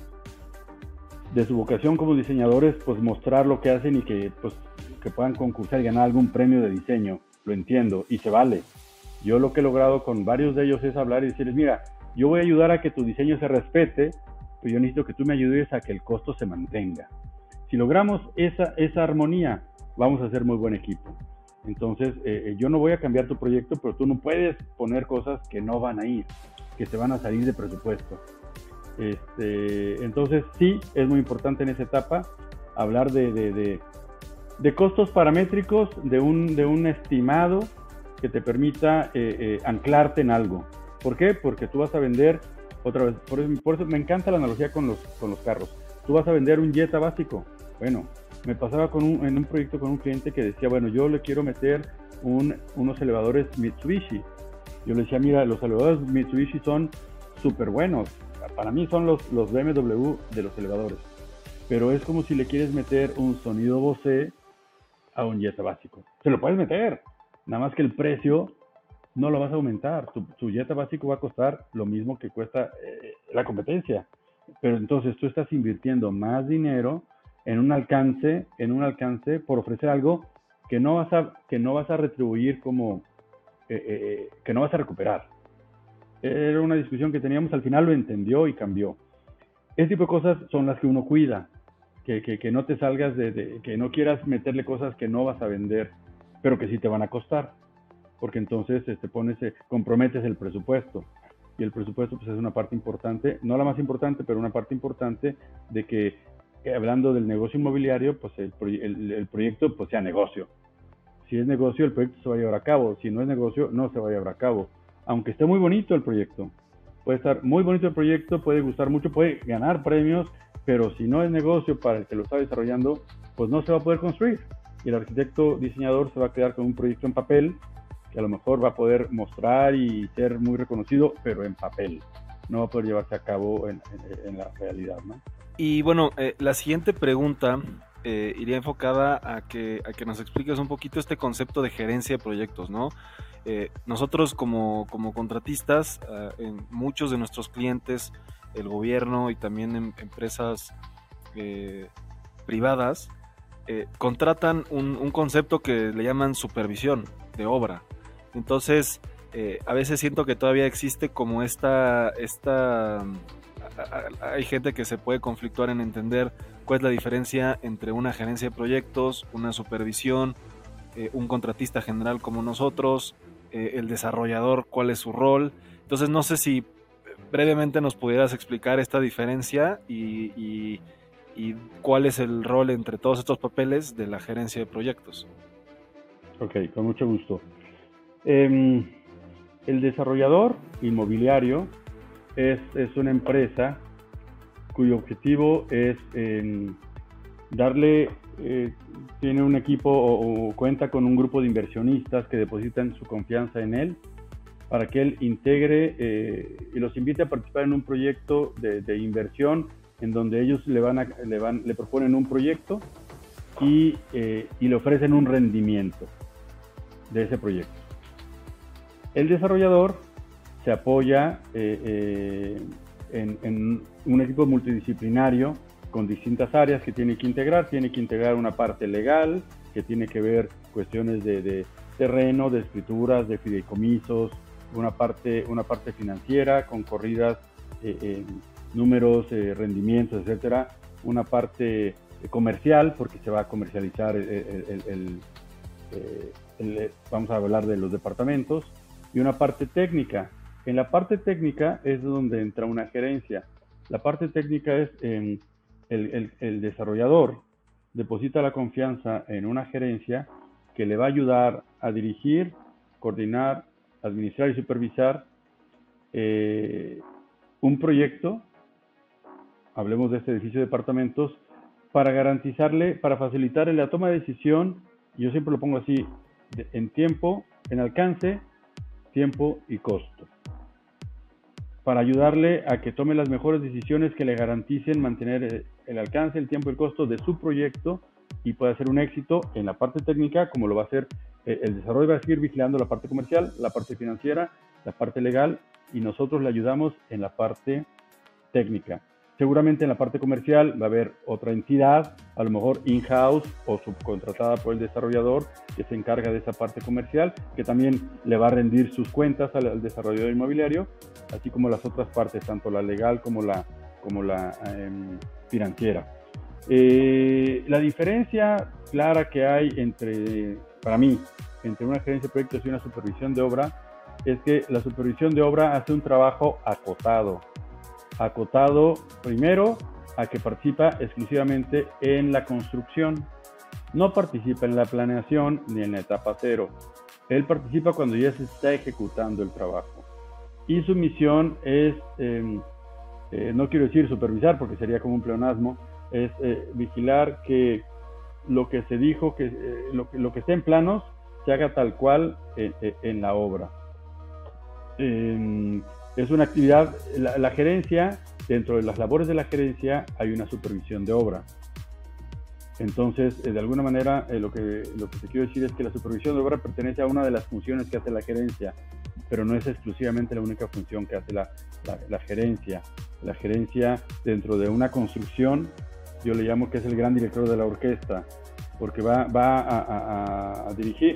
vocación como diseñadores, pues mostrar lo que hacen y que puedan concursar y ganar algún premio de diseño. Lo entiendo y se vale. Yo lo que he logrado con varios de ellos es hablar y decirles, mira, yo voy a ayudar a que tu diseño se respete, pero yo necesito que tú me ayudes a que el costo se mantenga. Si logramos esa armonía, vamos a hacer muy buen equipo. Entonces, yo no voy a cambiar tu proyecto, pero tú no puedes poner cosas que no van a ir, que se van a salir de presupuesto. Entonces, sí, es muy importante en esa etapa hablar de costos paramétricos, de un estimado que te permita anclarte en algo. ¿Por qué? Porque tú vas a vender, otra vez, por eso me encanta la analogía con los carros. Tú vas a vender un Jetta básico. Bueno, me pasaba en un proyecto con un cliente que decía, bueno, yo le quiero meter unos elevadores Mitsubishi. Yo le decía, mira, los elevadores Mitsubishi son súper buenos. Para mí son los BMW de los elevadores. Pero es como si le quieres meter un sonido Bose a un Jetta básico. Se lo puedes meter, nada más que el precio no lo vas a aumentar. Tu Jetta básico va a costar lo mismo que cuesta la competencia. Pero entonces tú estás invirtiendo más dinero en un alcance por ofrecer algo que no vas a retribuir como que no vas a recuperar. Era una discusión que teníamos, al final lo entendió y cambió. Ese tipo de cosas son las que uno cuida, que no te salgas que no quieras meterle cosas que no vas a vender, pero que sí te van a costar, porque entonces comprometes el presupuesto, y el presupuesto pues es una parte importante, no la más importante, pero una parte importante de que, hablando del negocio inmobiliario, pues el proyecto pues sea negocio. Si es negocio, el proyecto se va a llevar a cabo. Si no es negocio, no se va a llevar a cabo. Aunque esté muy bonito el proyecto. Puede estar muy bonito el proyecto, puede gustar mucho, puede ganar premios, pero si no es negocio para el que lo está desarrollando, pues no se va a poder construir. Y el arquitecto diseñador se va a quedar con un proyecto en papel, que a lo mejor va a poder mostrar y ser muy reconocido, pero en papel. No va a poder llevarse a cabo en la realidad, ¿no? Y bueno, la siguiente pregunta iría enfocada a que nos expliques un poquito este concepto de gerencia de proyectos, ¿no? Nosotros como contratistas, en muchos de nuestros clientes, el gobierno y también en empresas privadas, contratan un concepto que le llaman supervisión de obra. Entonces, a veces siento que todavía existe como hay gente que se puede conflictuar en entender cuál es la diferencia entre una gerencia de proyectos, una supervisión, un contratista general como nosotros, el desarrollador, cuál es su rol. Entonces no sé si brevemente nos pudieras explicar esta diferencia y cuál es el rol entre todos estos papeles de la gerencia de proyectos. Ok, con mucho gusto. El desarrollador inmobiliario es una empresa cuyo objetivo es tiene un equipo o cuenta con un grupo de inversionistas que depositan su confianza en él para que él integre y los invite a participar en un proyecto de inversión en donde ellos le proponen un proyecto y le ofrecen un rendimiento de ese proyecto. El desarrollador se apoya en un equipo multidisciplinario con distintas áreas que tiene que integrar una parte legal, que tiene que ver cuestiones de terreno, de escrituras, de fideicomisos, una parte financiera con corridas, números, rendimientos, etcétera, una parte comercial, porque se va a comercializar vamos a hablar de los departamentos, y una parte técnica. En la parte técnica es donde entra una gerencia. La parte técnica es el desarrollador deposita la confianza en una gerencia que le va a ayudar a dirigir, coordinar, administrar y supervisar un proyecto, hablemos de este edificio de departamentos, para facilitarle la toma de decisión, yo siempre lo pongo así, en tiempo, en alcance, tiempo y costo, para ayudarle a que tome las mejores decisiones que le garanticen mantener el alcance, el tiempo y el costo de su proyecto y pueda ser un éxito en la parte técnica, como lo va a hacer el desarrollo. Va a seguir vigilando la parte comercial, la parte financiera, la parte legal, y nosotros le ayudamos en la parte técnica. Seguramente en la parte comercial va a haber otra entidad, a lo mejor in-house o subcontratada por el desarrollador, que se encarga de esa parte comercial, que también le va a rendir sus cuentas al desarrollador inmobiliario, así como las otras partes, tanto la legal como la financiera. La diferencia clara que hay para mí, entre una gerencia de proyectos y una supervisión de obra, es que la supervisión de obra hace un trabajo acotado primero a que participa exclusivamente en la construcción. No participa en la planeación ni en la etapa cero. Él participa cuando ya se está ejecutando el trabajo. Y su misión es, no quiero decir supervisar porque sería como un pleonasmo, es vigilar que lo que se dijo, lo que esté en planos, se haga tal cual en la obra. Es una actividad, la gerencia, dentro de las labores de la gerencia hay una supervisión de obra. Entonces, de alguna manera, lo que te quiero decir es que la supervisión de obra pertenece a una de las funciones que hace la gerencia, pero no es exclusivamente la única función que hace la gerencia. La gerencia, dentro de una construcción, yo le llamo que es el gran director de la orquesta, porque va a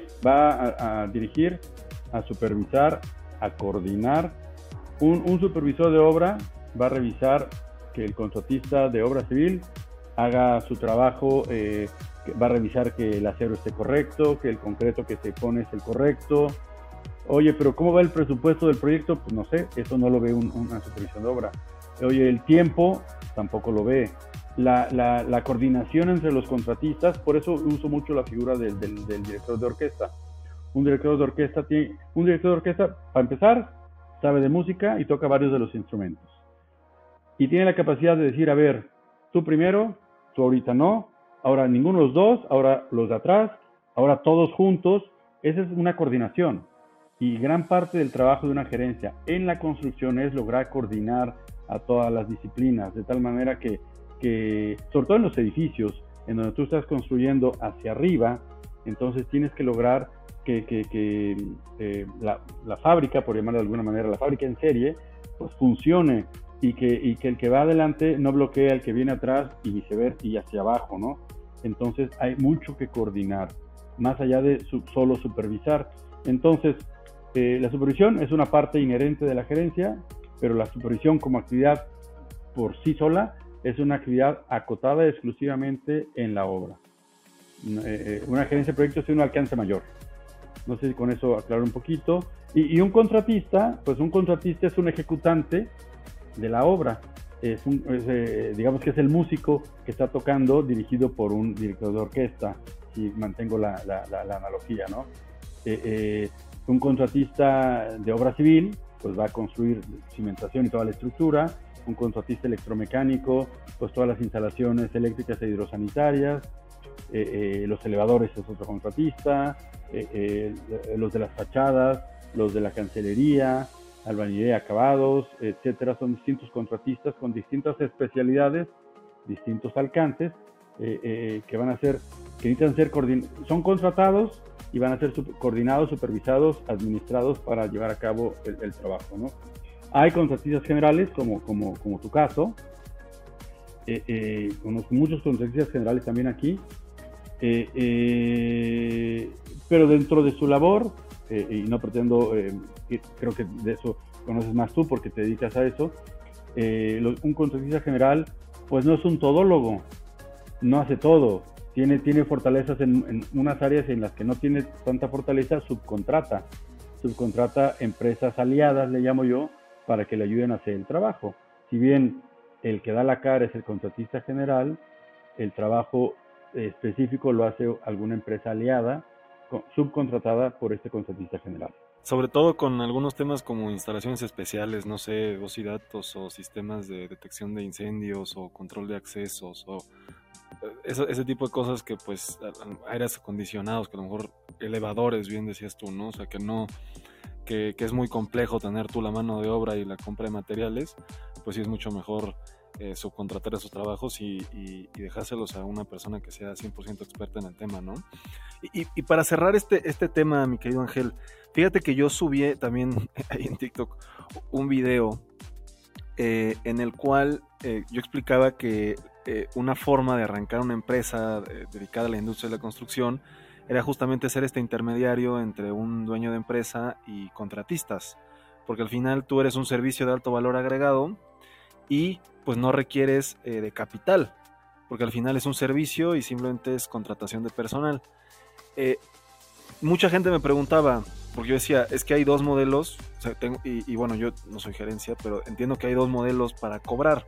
dirigir, a supervisar, a coordinar. Un supervisor de obra va a revisar que el contratista de obra civil haga su trabajo, va a revisar que el acero esté correcto, que el concreto que se pone es el correcto. Oye, pero ¿cómo va el presupuesto del proyecto? Pues no sé, eso no lo ve una supervisión de obra. Oye, el tiempo tampoco lo ve. La coordinación entre los contratistas, por eso uso mucho la figura del director de orquesta. Un director de orquesta, para empezar, sabe de música y toca varios de los instrumentos. Y tiene la capacidad de decir, a ver, tú primero, tú ahorita no, ahora ninguno de los dos, ahora los de atrás, ahora todos juntos. Esa es una coordinación. Y gran parte del trabajo de una gerencia en la construcción es lograr coordinar a todas las disciplinas, de tal manera que sobre todo en los edificios, en donde tú estás construyendo hacia arriba, entonces tienes que lograr que la fábrica, por llamarla de alguna manera, la fábrica en serie, pues funcione y que el que va adelante no bloquee al que viene atrás y viceversa y hacia abajo, ¿no? Entonces hay mucho que coordinar, más allá de solo supervisar. Entonces, la supervisión es una parte inherente de la gerencia, pero la supervisión como actividad por sí sola es una actividad acotada exclusivamente en la obra. Una gerencia de proyectos tiene un alcance mayor. No sé si con eso aclaro un poquito. Y un contratista, pues un contratista es un ejecutante de la obra. Digamos que es el músico que está tocando, dirigido por un director de orquesta, si mantengo la analogía, ¿no? Un contratista de obra civil, pues va a construir cimentación y toda la estructura. Un contratista electromecánico, pues todas las instalaciones eléctricas e hidrosanitarias. Los elevadores es otro contratista, los de las fachadas, los de la cancelería, albañilería, acabados, etcétera. Son distintos contratistas con distintas especialidades, distintos alcances, que van a hacer que necesitan ser son contratados y van a ser coordinados, supervisados, administrados para llevar a cabo el trabajo, ¿no? Hay contratistas generales, como tu caso. Conozco muchos contratistas generales también aquí, pero dentro de su labor, y no pretendo, creo que de eso conoces más tú porque te dedicas a eso, un contratista general pues no es un todólogo, no hace todo, tiene fortalezas en unas áreas en las que no tiene tanta fortaleza, subcontrata empresas aliadas, le llamo yo, para que le ayuden a hacer el trabajo. Si bien el que da la cara es el contratista general, el trabajo específico lo hace alguna empresa aliada, subcontratada por este contratista general. Sobre todo con algunos temas como instalaciones especiales, no sé, voz y datos o sistemas de detección de incendios o control de accesos o ese tipo de cosas que pues aires acondicionados, que a lo mejor elevadores, bien decías tú, ¿no? O sea, que es muy complejo tener tú la mano de obra y la compra de materiales, pues sí es mucho mejor subcontratar esos trabajos y dejárselos a una persona que sea 100% experta en el tema, ¿no? Y para cerrar este tema, mi querido Ángel, fíjate que yo subí también ahí en TikTok un video en el cual yo explicaba que una forma de arrancar una empresa dedicada a la industria de la construcción era justamente ser este intermediario entre un dueño de empresa y contratistas, porque al final tú eres un servicio de alto valor agregado y pues no requieres de capital, porque al final es un servicio y simplemente es contratación de personal. Mucha gente me preguntaba, porque yo decía, es que hay dos modelos, o sea, y bueno, yo no soy gerencia, pero entiendo que hay dos modelos para cobrar.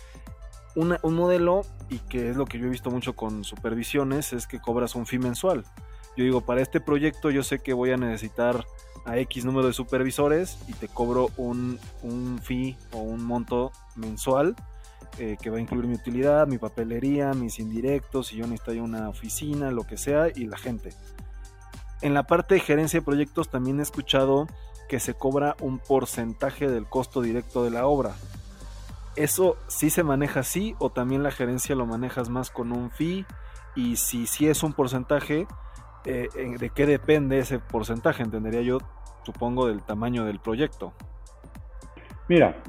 Un modelo, y que es lo que yo he visto mucho con supervisiones, es que cobras un fee mensual. Yo digo, para este proyecto yo sé que voy a necesitar a X número de supervisores y te cobro un fee o un monto mensual que va a incluir mi utilidad, mi papelería, mis indirectos, si yo necesito una oficina, lo que sea, y la gente. En la parte de gerencia de proyectos también he escuchado que se cobra un porcentaje del costo directo de la obra. ¿Eso sí se maneja así o también la gerencia lo manejas más con un fee? Y si es un porcentaje, ¿de qué depende ese porcentaje? Entendería yo, supongo, del tamaño del proyecto. Mira,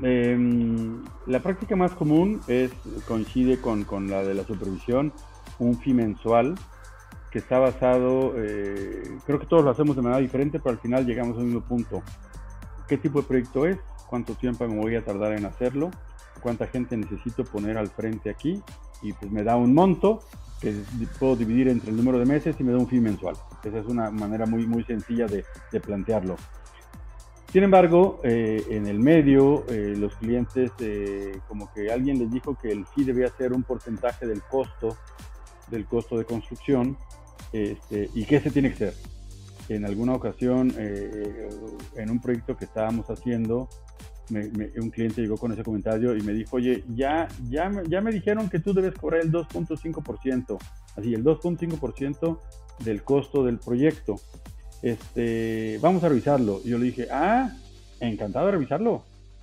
la práctica más común coincide con la de la supervisión, un fee mensual que está basado, creo que todos lo hacemos de manera diferente, pero al final llegamos al mismo punto. ¿Qué tipo de proyecto es? ¿Cuánto tiempo me voy a tardar en hacerlo? ¿Cuánta gente necesito poner al frente aquí? Y pues me da un monto que puedo dividir entre el número de meses y me da un fee mensual. Esa es una manera muy, muy sencilla de plantearlo. Sin embargo, en el medio, los clientes, como que alguien les dijo que el fee debía ser un porcentaje del costo de construcción, y que ese tiene que ser. En alguna ocasión, en un proyecto que estábamos haciendo, un cliente llegó con ese comentario y me dijo, oye, ya me dijeron que tú debes cobrar el 2.5%, así, el 2.5% del costo del proyecto. Vamos a revisarlo. Y yo le dije, encantado de revisarlo.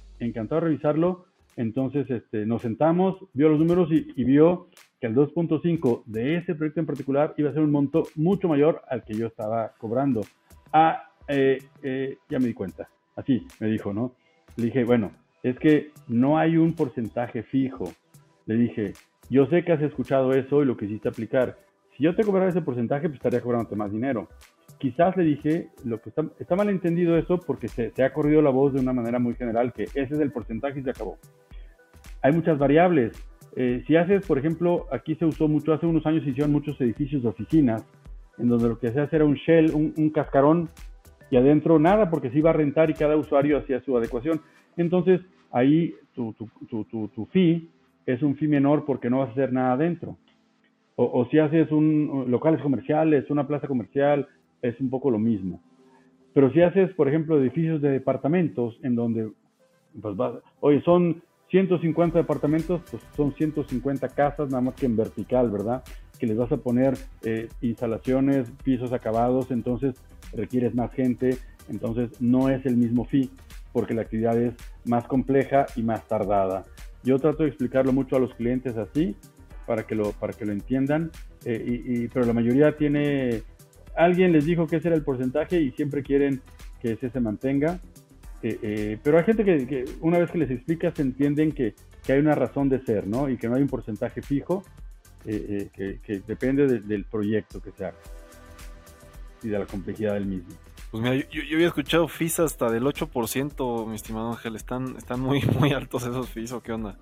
Entonces nos sentamos, vio los números y vio que el 2.5 de ese proyecto en particular iba a ser un monto mucho mayor al que yo estaba cobrando. Ya me di cuenta. Así me dijo, ¿no? Le dije, bueno, es que no hay un porcentaje fijo. Le dije, yo sé que has escuchado eso y lo quisiste aplicar. Si yo te cobrara ese porcentaje, pues estaría cobrándote más dinero. Quizás le dije, lo que está mal entendido eso porque se ha corrido la voz de una manera muy general, que ese es el porcentaje y se acabó. Hay muchas variables. Si haces, por ejemplo, aquí se usó mucho, hace unos años se hicieron muchos edificios de oficinas, en donde lo que se hace era un shell, un cascarón, y adentro nada, porque se iba a rentar y cada usuario hacía su adecuación. Entonces, ahí tu fee es un fee menor porque no vas a hacer nada adentro. O si haces locales comerciales, una plaza comercial, es un poco lo mismo. Pero si haces, por ejemplo, edificios de departamentos, en donde, pues oye, son 150 departamentos, pues son 150 casas, nada más que en vertical, ¿verdad? Que les vas a poner instalaciones, pisos acabados, entonces requieres más gente, entonces no es el mismo fee, porque la actividad es más compleja y más tardada. Yo trato de explicarlo mucho a los clientes así, para que lo entiendan, pero la mayoría alguien les dijo que ese era el porcentaje y siempre quieren que ese se mantenga, pero hay gente que una vez que les explicas entienden que hay una razón de ser, ¿no? Y que no hay un porcentaje fijo, que depende del proyecto que se haga y de la complejidad del mismo. Pues mira, yo había escuchado fees hasta del 8%, mi estimado Ángel. Están muy, muy altos esos fees, ¿o qué onda?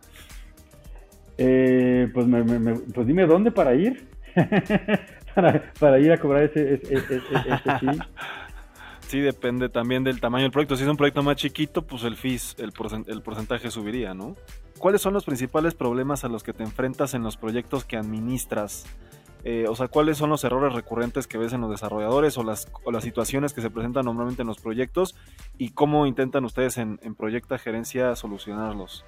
Pues dime dónde para ir. para ir a cobrar ese fee. Sí, depende también del tamaño del proyecto. Si es un proyecto más chiquito, pues el fees, el porcentaje subiría, ¿no? ¿Cuáles son los principales problemas a los que te enfrentas en los proyectos que administras? O sea, ¿cuáles son los errores recurrentes que ves en los desarrolladores o las situaciones que se presentan normalmente en los proyectos y cómo intentan ustedes en Proyecta Gerencia solucionarlos?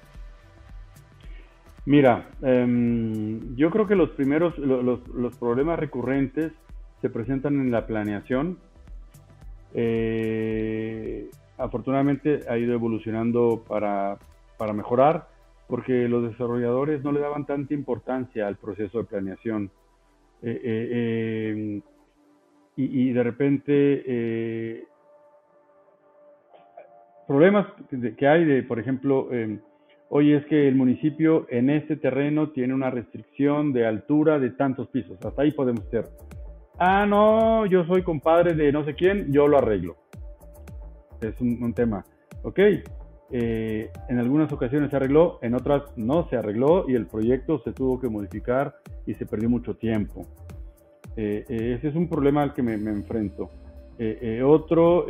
Mira, yo creo que los problemas recurrentes se presentan en la planeación. Afortunadamente ha ido evolucionando para mejorar, porque los desarrolladores no le daban tanta importancia al proceso de planeación. Y de repente problemas que hay por ejemplo, oye, es que el municipio en este terreno tiene una restricción de altura de tantos pisos, hasta ahí podemos ser. No, yo soy compadre de no sé quién, yo lo arreglo. Es un tema. Ok, en algunas ocasiones se arregló, en otras no se arregló y el proyecto se tuvo que modificar y se perdió mucho tiempo. Ese es un problema al que me enfrento. Otro,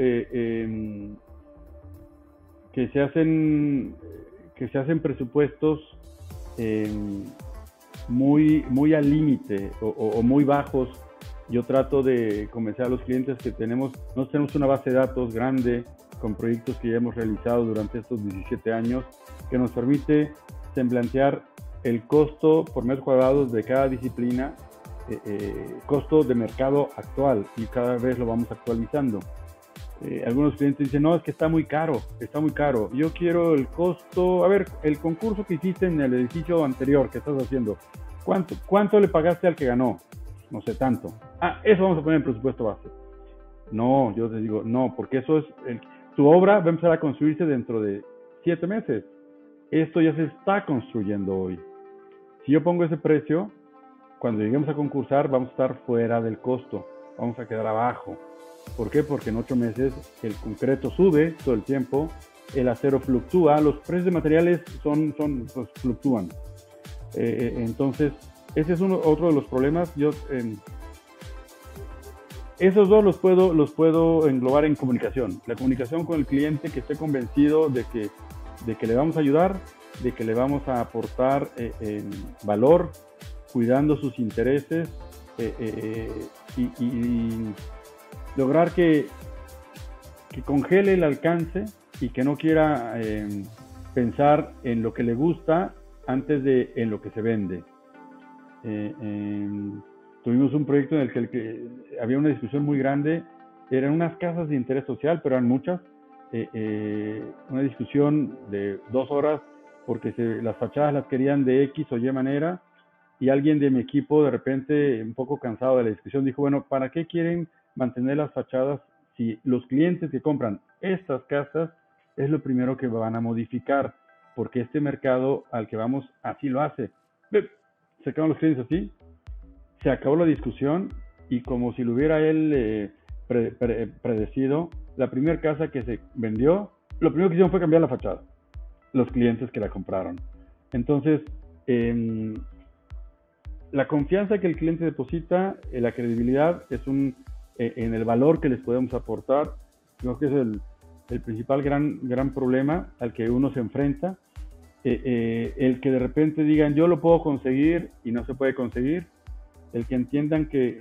que se hacen presupuestos muy al límite o muy bajos. Yo trato de convencer a los clientes que tenemos una base de datos grande con proyectos que ya hemos realizado durante estos 17 años que nos permite semblancear el costo por metros cuadrados de cada disciplina, costo de mercado actual, y cada vez lo vamos actualizando. Algunos clientes dicen, no, es que está muy caro. Yo quiero el costo, a ver, el concurso que hiciste en el edificio anterior que estás haciendo, ¿cuánto le pagaste al que ganó? No sé, tanto. Eso vamos a poner en presupuesto base. No, yo les digo, no, porque eso es, tu obra va a empezar a construirse dentro de 7 meses. Esto ya se está construyendo hoy. Si yo pongo ese precio, cuando lleguemos a concursar vamos a estar fuera del costo, vamos a quedar abajo. ¿Por qué? Porque en 8 meses el concreto sube todo el tiempo, el acero fluctúa, los precios de materiales pues, fluctúan. Entonces, ese es otro de los problemas. Esos dos los puedo englobar en comunicación. La comunicación con el cliente, que esté convencido de que le vamos a ayudar, de que le vamos a aportar valor, cuidando sus intereses, y lograr que congele el alcance y que no quiera pensar en lo que le gusta antes de en lo que se vende. Tuvimos un proyecto en el que había una discusión muy grande. Eran unas casas de interés social, pero eran muchas. Una discusión de 2 horas porque las fachadas las querían de X o Y manera, y alguien de mi equipo, de repente, un poco cansado de la discusión, dijo, bueno, ¿para qué quieren mantener las fachadas si los clientes que compran estas casas es lo primero que van a modificar? Porque este mercado al que vamos así lo hace. Se acaban los clientes así, se acabó la discusión, y como si lo hubiera él predecido, la primera casa que se vendió, lo primero que hicieron fue cambiar la fachada, los clientes que la compraron. Entonces, la confianza que el cliente deposita, la credibilidad, es en el valor que les podemos aportar. Creo que es el principal gran problema al que uno se enfrenta. El que de repente digan, yo lo puedo conseguir y no se puede conseguir. El que entiendan que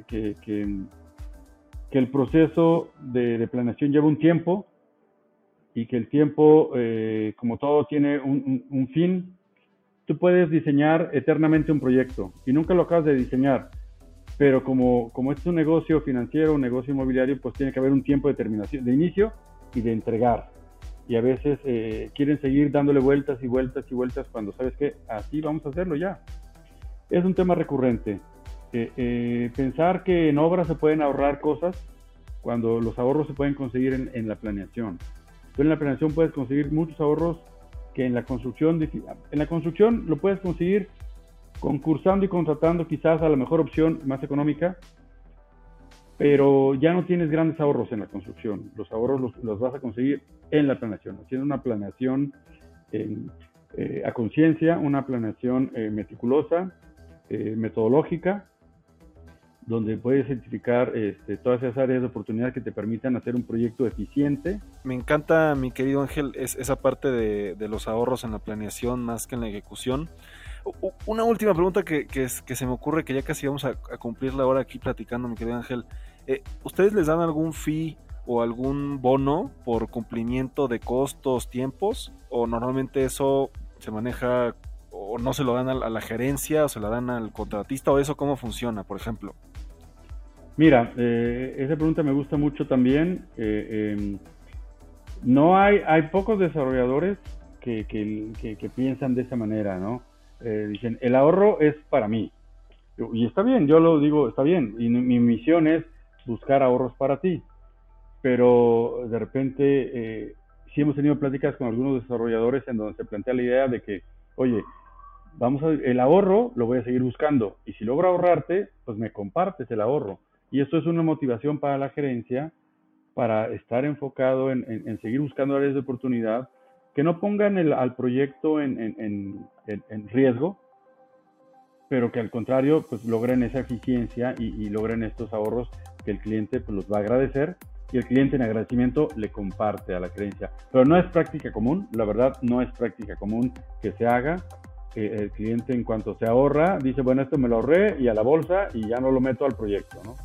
el proceso de planeación lleva un tiempo, y que el tiempo, como todo, tiene un fin. Tú puedes diseñar eternamente un proyecto y nunca lo acabas de diseñar, pero como es un negocio financiero, un negocio inmobiliario, pues tiene que haber un tiempo de terminación, de inicio y de entregar. Y a veces quieren seguir dándole vueltas y vueltas y vueltas cuando sabes que así vamos a hacerlo ya. es un tema recurrente. Pensar que en obra se pueden ahorrar cosas cuando los ahorros se pueden conseguir en la planeación. Tú en la planeación puedes conseguir muchos ahorros que en la construcción lo puedes conseguir concursando y contratando quizás a la mejor opción más económica, pero ya no tienes grandes ahorros en la construcción. Los ahorros los vas a conseguir en la planeación, haciendo una planeación a conciencia, una planeación meticulosa, metodológica, donde puedes identificar todas esas áreas de oportunidad que te permitan hacer un proyecto eficiente. Me encanta, mi querido Ángel, esa parte de los ahorros en la planeación más que en la ejecución. Una última pregunta que se me ocurre, que ya casi vamos a cumplir la hora aquí platicando, mi querido Ángel. ¿Ustedes les dan algún fee o algún bono por cumplimiento de costos, tiempos? ¿O normalmente eso se maneja o no se lo dan a la gerencia o se lo dan al contratista? ¿O eso cómo funciona, por ejemplo? Mira, esa pregunta me gusta mucho también. No hay pocos desarrolladores que piensan de esa manera, ¿no? Dicen, el ahorro es para mí. Y está bien, yo lo digo, está bien. Y mi misión es buscar ahorros para ti. Pero de repente, sí hemos tenido pláticas con algunos desarrolladores en donde se plantea la idea de que, oye, el ahorro lo voy a seguir buscando. Y si logro ahorrarte, pues me compartes el ahorro. Y esto es una motivación para la gerencia para estar enfocado en seguir buscando áreas de oportunidad que no pongan al proyecto en riesgo, pero que al contrario pues logren esa eficiencia y logren estos ahorros que el cliente pues los va a agradecer, y el cliente en agradecimiento le comparte a la gerencia. Pero no es práctica común, la verdad no es práctica común que se haga. El cliente en cuanto se ahorra dice, bueno, esto me lo ahorré y a la bolsa y ya no lo meto al proyecto, ¿no?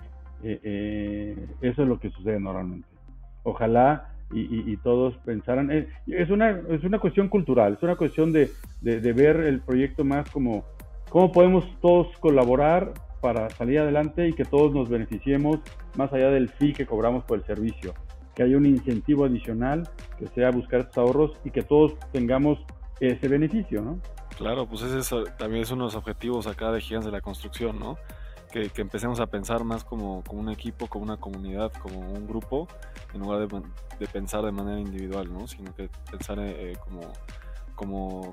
Eso es lo que sucede normalmente. Ojalá y todos pensaran, es una cuestión cultural, es una cuestión de ver el proyecto más como cómo podemos todos colaborar para salir adelante y que todos nos beneficiemos más allá del fee que cobramos por el servicio, que haya un incentivo adicional que sea buscar estos ahorros y que todos tengamos ese beneficio, ¿no? Claro, pues ese también es uno de los objetivos acá de Gigantes de la Construcción, ¿no? Que empecemos a pensar más como un equipo, como una comunidad, como un grupo, en lugar de pensar de manera individual, ¿no? Sino que pensar como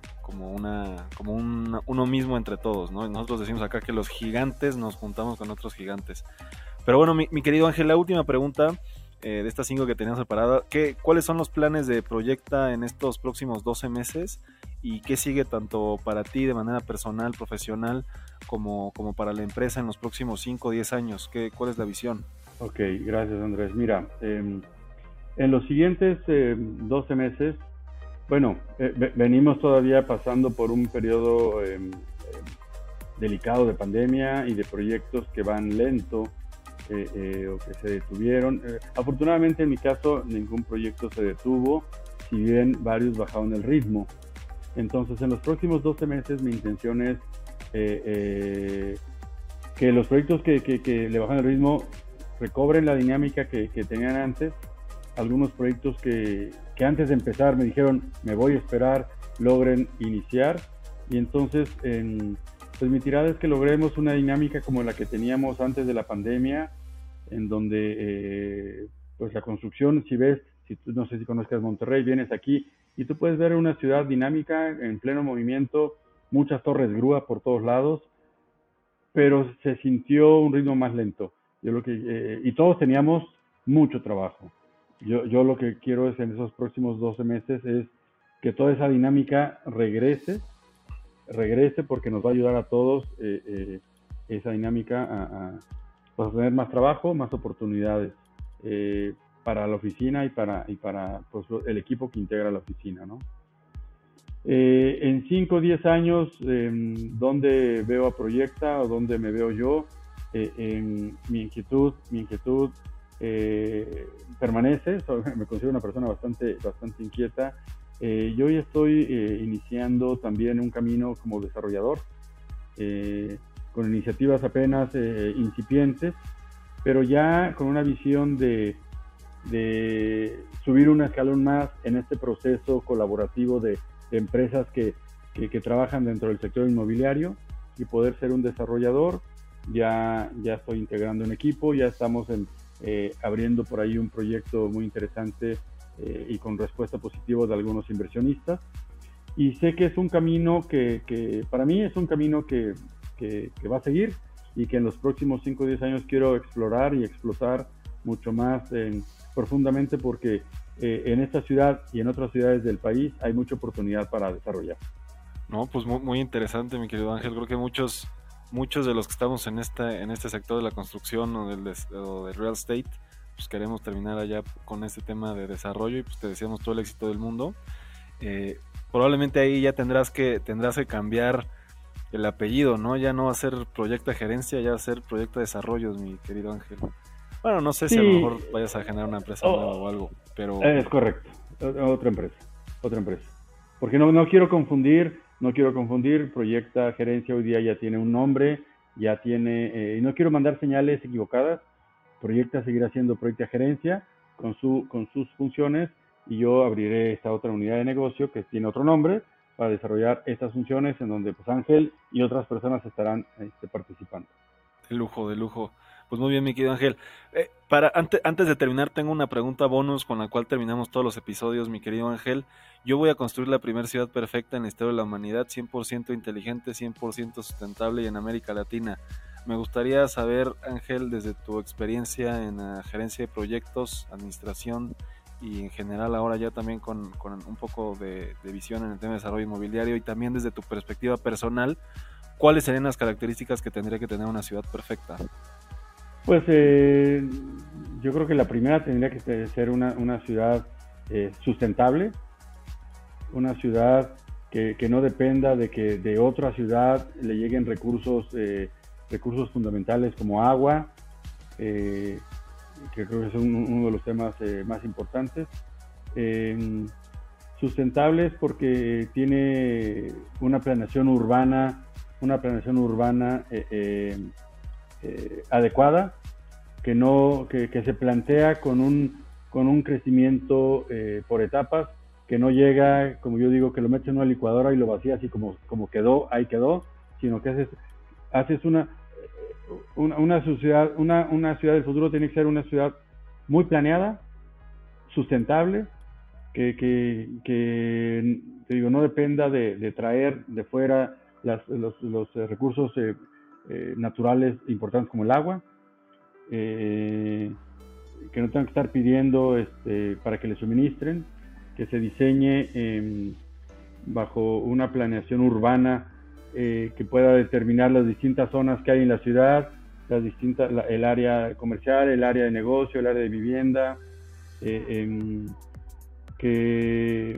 uno mismo entre todos, ¿no? Y nosotros decimos acá que los gigantes nos juntamos con otros gigantes. Pero bueno, mi querido Ángel, la última pregunta de estas 5 que teníamos separadas, ¿cuáles son los planes de Proyecta en estos próximos 12 meses? ¿Y qué sigue tanto para ti de manera personal, profesional, como para la empresa en los próximos 5 o 10 años? ¿Cuál es la visión? Ok, gracias Andrés. Mira, en los siguientes 12 meses, bueno, venimos todavía pasando por un periodo delicado de pandemia y de proyectos que van lento o que se detuvieron. Afortunadamente en mi caso ningún proyecto se detuvo, si bien varios bajaron el ritmo. Entonces en los próximos 12 meses mi intención es que los proyectos que le bajan el ritmo recobren la dinámica que tenían antes. Algunos proyectos que antes de empezar me dijeron me voy a esperar, logren iniciar, y entonces pues mi tirada es que logremos una dinámica como la que teníamos antes de la pandemia, en donde pues la construcción, si tú no sé si conozcas Monterrey, vienes aquí y tú puedes ver una ciudad dinámica en pleno movimiento, muchas torres grúa por todos lados, pero se sintió un ritmo más lento. Y todos teníamos mucho trabajo. Yo lo que quiero es en esos próximos 12 meses es que toda esa dinámica regrese porque nos va a ayudar a todos esa dinámica a tener más trabajo, más oportunidades para la oficina y para pues, el equipo que integra la oficina, ¿no? En 5 o 10 años, ¿dónde veo a Proyecta o dónde me veo yo? Mi inquietud permanece. Me considero una persona bastante inquieta. Yo hoy estoy iniciando también un camino como desarrollador, con iniciativas apenas incipientes, pero ya con una visión de subir un escalón más en este proceso colaborativo de empresas que trabajan dentro del sector inmobiliario, y poder ser un desarrollador. Ya estoy integrando un equipo, ya estamos abriendo por ahí un proyecto muy interesante y con respuesta positiva de algunos inversionistas. Y sé que es un camino que para mí es un camino que va a seguir y que en los próximos 5 o 10 años quiero explorar y explotar mucho más profundamente, porque en esta ciudad y en otras ciudades del país hay mucha oportunidad para desarrollar. No, pues muy interesante, mi querido Ángel. Creo que muchos de los que estamos en este sector de la construcción o del real estate, pues queremos terminar allá con este tema de desarrollo, y pues te deseamos todo el éxito del mundo. Probablemente ahí ya tendrás que cambiar el apellido, ¿no? Ya no va a ser Proyecto de Gerencia, ya va a ser Proyecto de Desarrollos, mi querido Ángel. Bueno, no sé si a lo mejor vayas a generar una empresa nueva o algo, pero... Es correcto, otra empresa. Porque no quiero confundir, Proyecta Gerencia hoy día ya tiene un nombre, ya tiene, y no quiero mandar señales equivocadas. Proyecta seguirá siendo Proyecta Gerencia con sus funciones, y yo abriré esta otra unidad de negocio que tiene otro nombre para desarrollar estas funciones, en donde pues Ángel y otras personas estarán participando. De lujo. Pues muy bien, mi querido Ángel. Antes de terminar, tengo una pregunta bonus con la cual terminamos todos los episodios, mi querido Ángel. Yo voy a construir la primera ciudad perfecta en la historia de la humanidad, 100% inteligente, 100% sustentable y en América Latina. Me gustaría saber, Ángel, desde tu experiencia en la gerencia de proyectos, administración y en general ahora ya también con un poco de visión en el tema de desarrollo inmobiliario, y también desde tu perspectiva personal, ¿cuáles serían las características que tendría que tener una ciudad perfecta? Pues yo creo que la primera tendría que ser una ciudad sustentable, una ciudad que no dependa de que de otra ciudad le lleguen recursos fundamentales como agua, que creo que es uno de los temas más importantes. Sustentables porque tiene una planeación urbana adecuada, que se plantea con un crecimiento por etapas, que no llega, como yo digo, que lo metes en una licuadora y lo vacías y como quedó, ahí quedó, sino que haces una ciudad del futuro. Tiene que ser una ciudad muy planeada, sustentable, que te digo, no dependa de traer de fuera los recursos naturales importantes como el agua, que no tengan que estar pidiendo para que le suministren, que se diseñe bajo una planeación urbana que pueda determinar las distintas zonas que hay en la ciudad, el área comercial, el área de negocio, el área de vivienda, que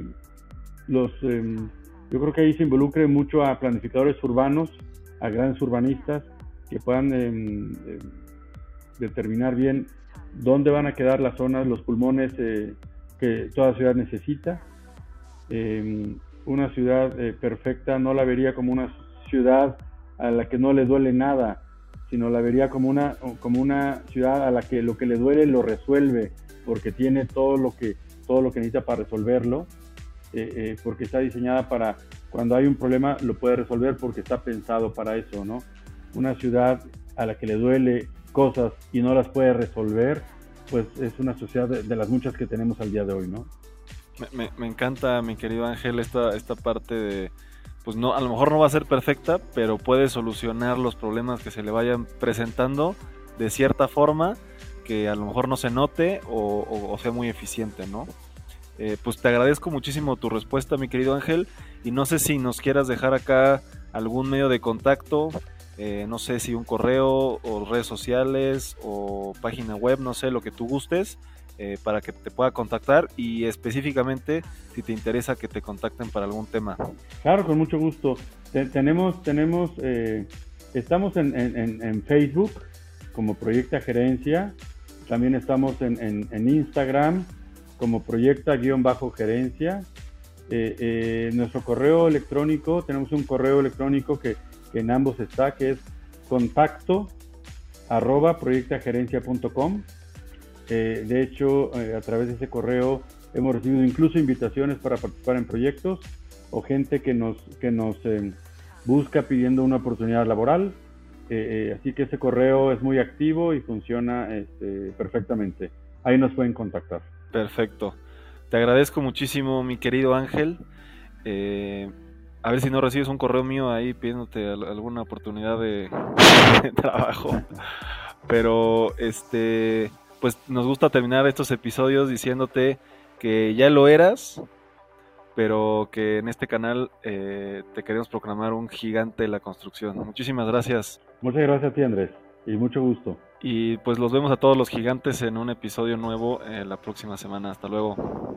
yo creo que ahí se involucre mucho a planificadores urbanos, a grandes urbanistas, que puedan determinar bien dónde van a quedar las zonas, los pulmones que toda ciudad necesita. Una ciudad perfecta no la vería como una ciudad a la que no le duele nada, sino la vería como una ciudad a la que lo que le duele lo resuelve, porque tiene todo lo que necesita para resolverlo, porque está diseñada para cuando hay un problema lo puede resolver, porque está pensado para eso, ¿no? Una ciudad a la que le duele cosas y no las puede resolver, pues es una sociedad de las muchas que tenemos al día de hoy, ¿no? Me encanta, mi querido Ángel, esta parte de, pues no, a lo mejor no va a ser perfecta, pero puede solucionar los problemas que se le vayan presentando de cierta forma que a lo mejor no se note o sea muy eficiente, ¿no? Pues te agradezco muchísimo tu respuesta, mi querido Ángel, y no sé si nos quieras dejar acá algún medio de contacto, no sé si un correo o redes sociales o página web, no sé, lo que tú gustes, para que te pueda contactar, y específicamente si te interesa que te contacten para algún tema. Claro, con mucho gusto. Estamos en Facebook como Proyecta Gerencia, también estamos en Instagram como Proyecta_Gerencia. Nuestro correo electrónico, tenemos un correo electrónico que en ambos está, que es contacto@proyectagerencia.com. De hecho, a través de ese correo hemos recibido incluso invitaciones para participar en proyectos, o gente que nos busca pidiendo una oportunidad laboral. Así que ese correo es muy activo y funciona perfectamente. Ahí nos pueden contactar. Perfecto. Te agradezco muchísimo, mi querido Ángel. A ver si no recibes un correo mío ahí pidiéndote alguna oportunidad de trabajo. Pero pues nos gusta terminar estos episodios diciéndote que ya lo eras, pero que en este canal te queremos proclamar un gigante de la construcción. Muchísimas gracias. Muchas gracias a ti, Andrés, y mucho gusto. Y pues los vemos a todos los gigantes en un episodio nuevo la próxima semana. Hasta luego.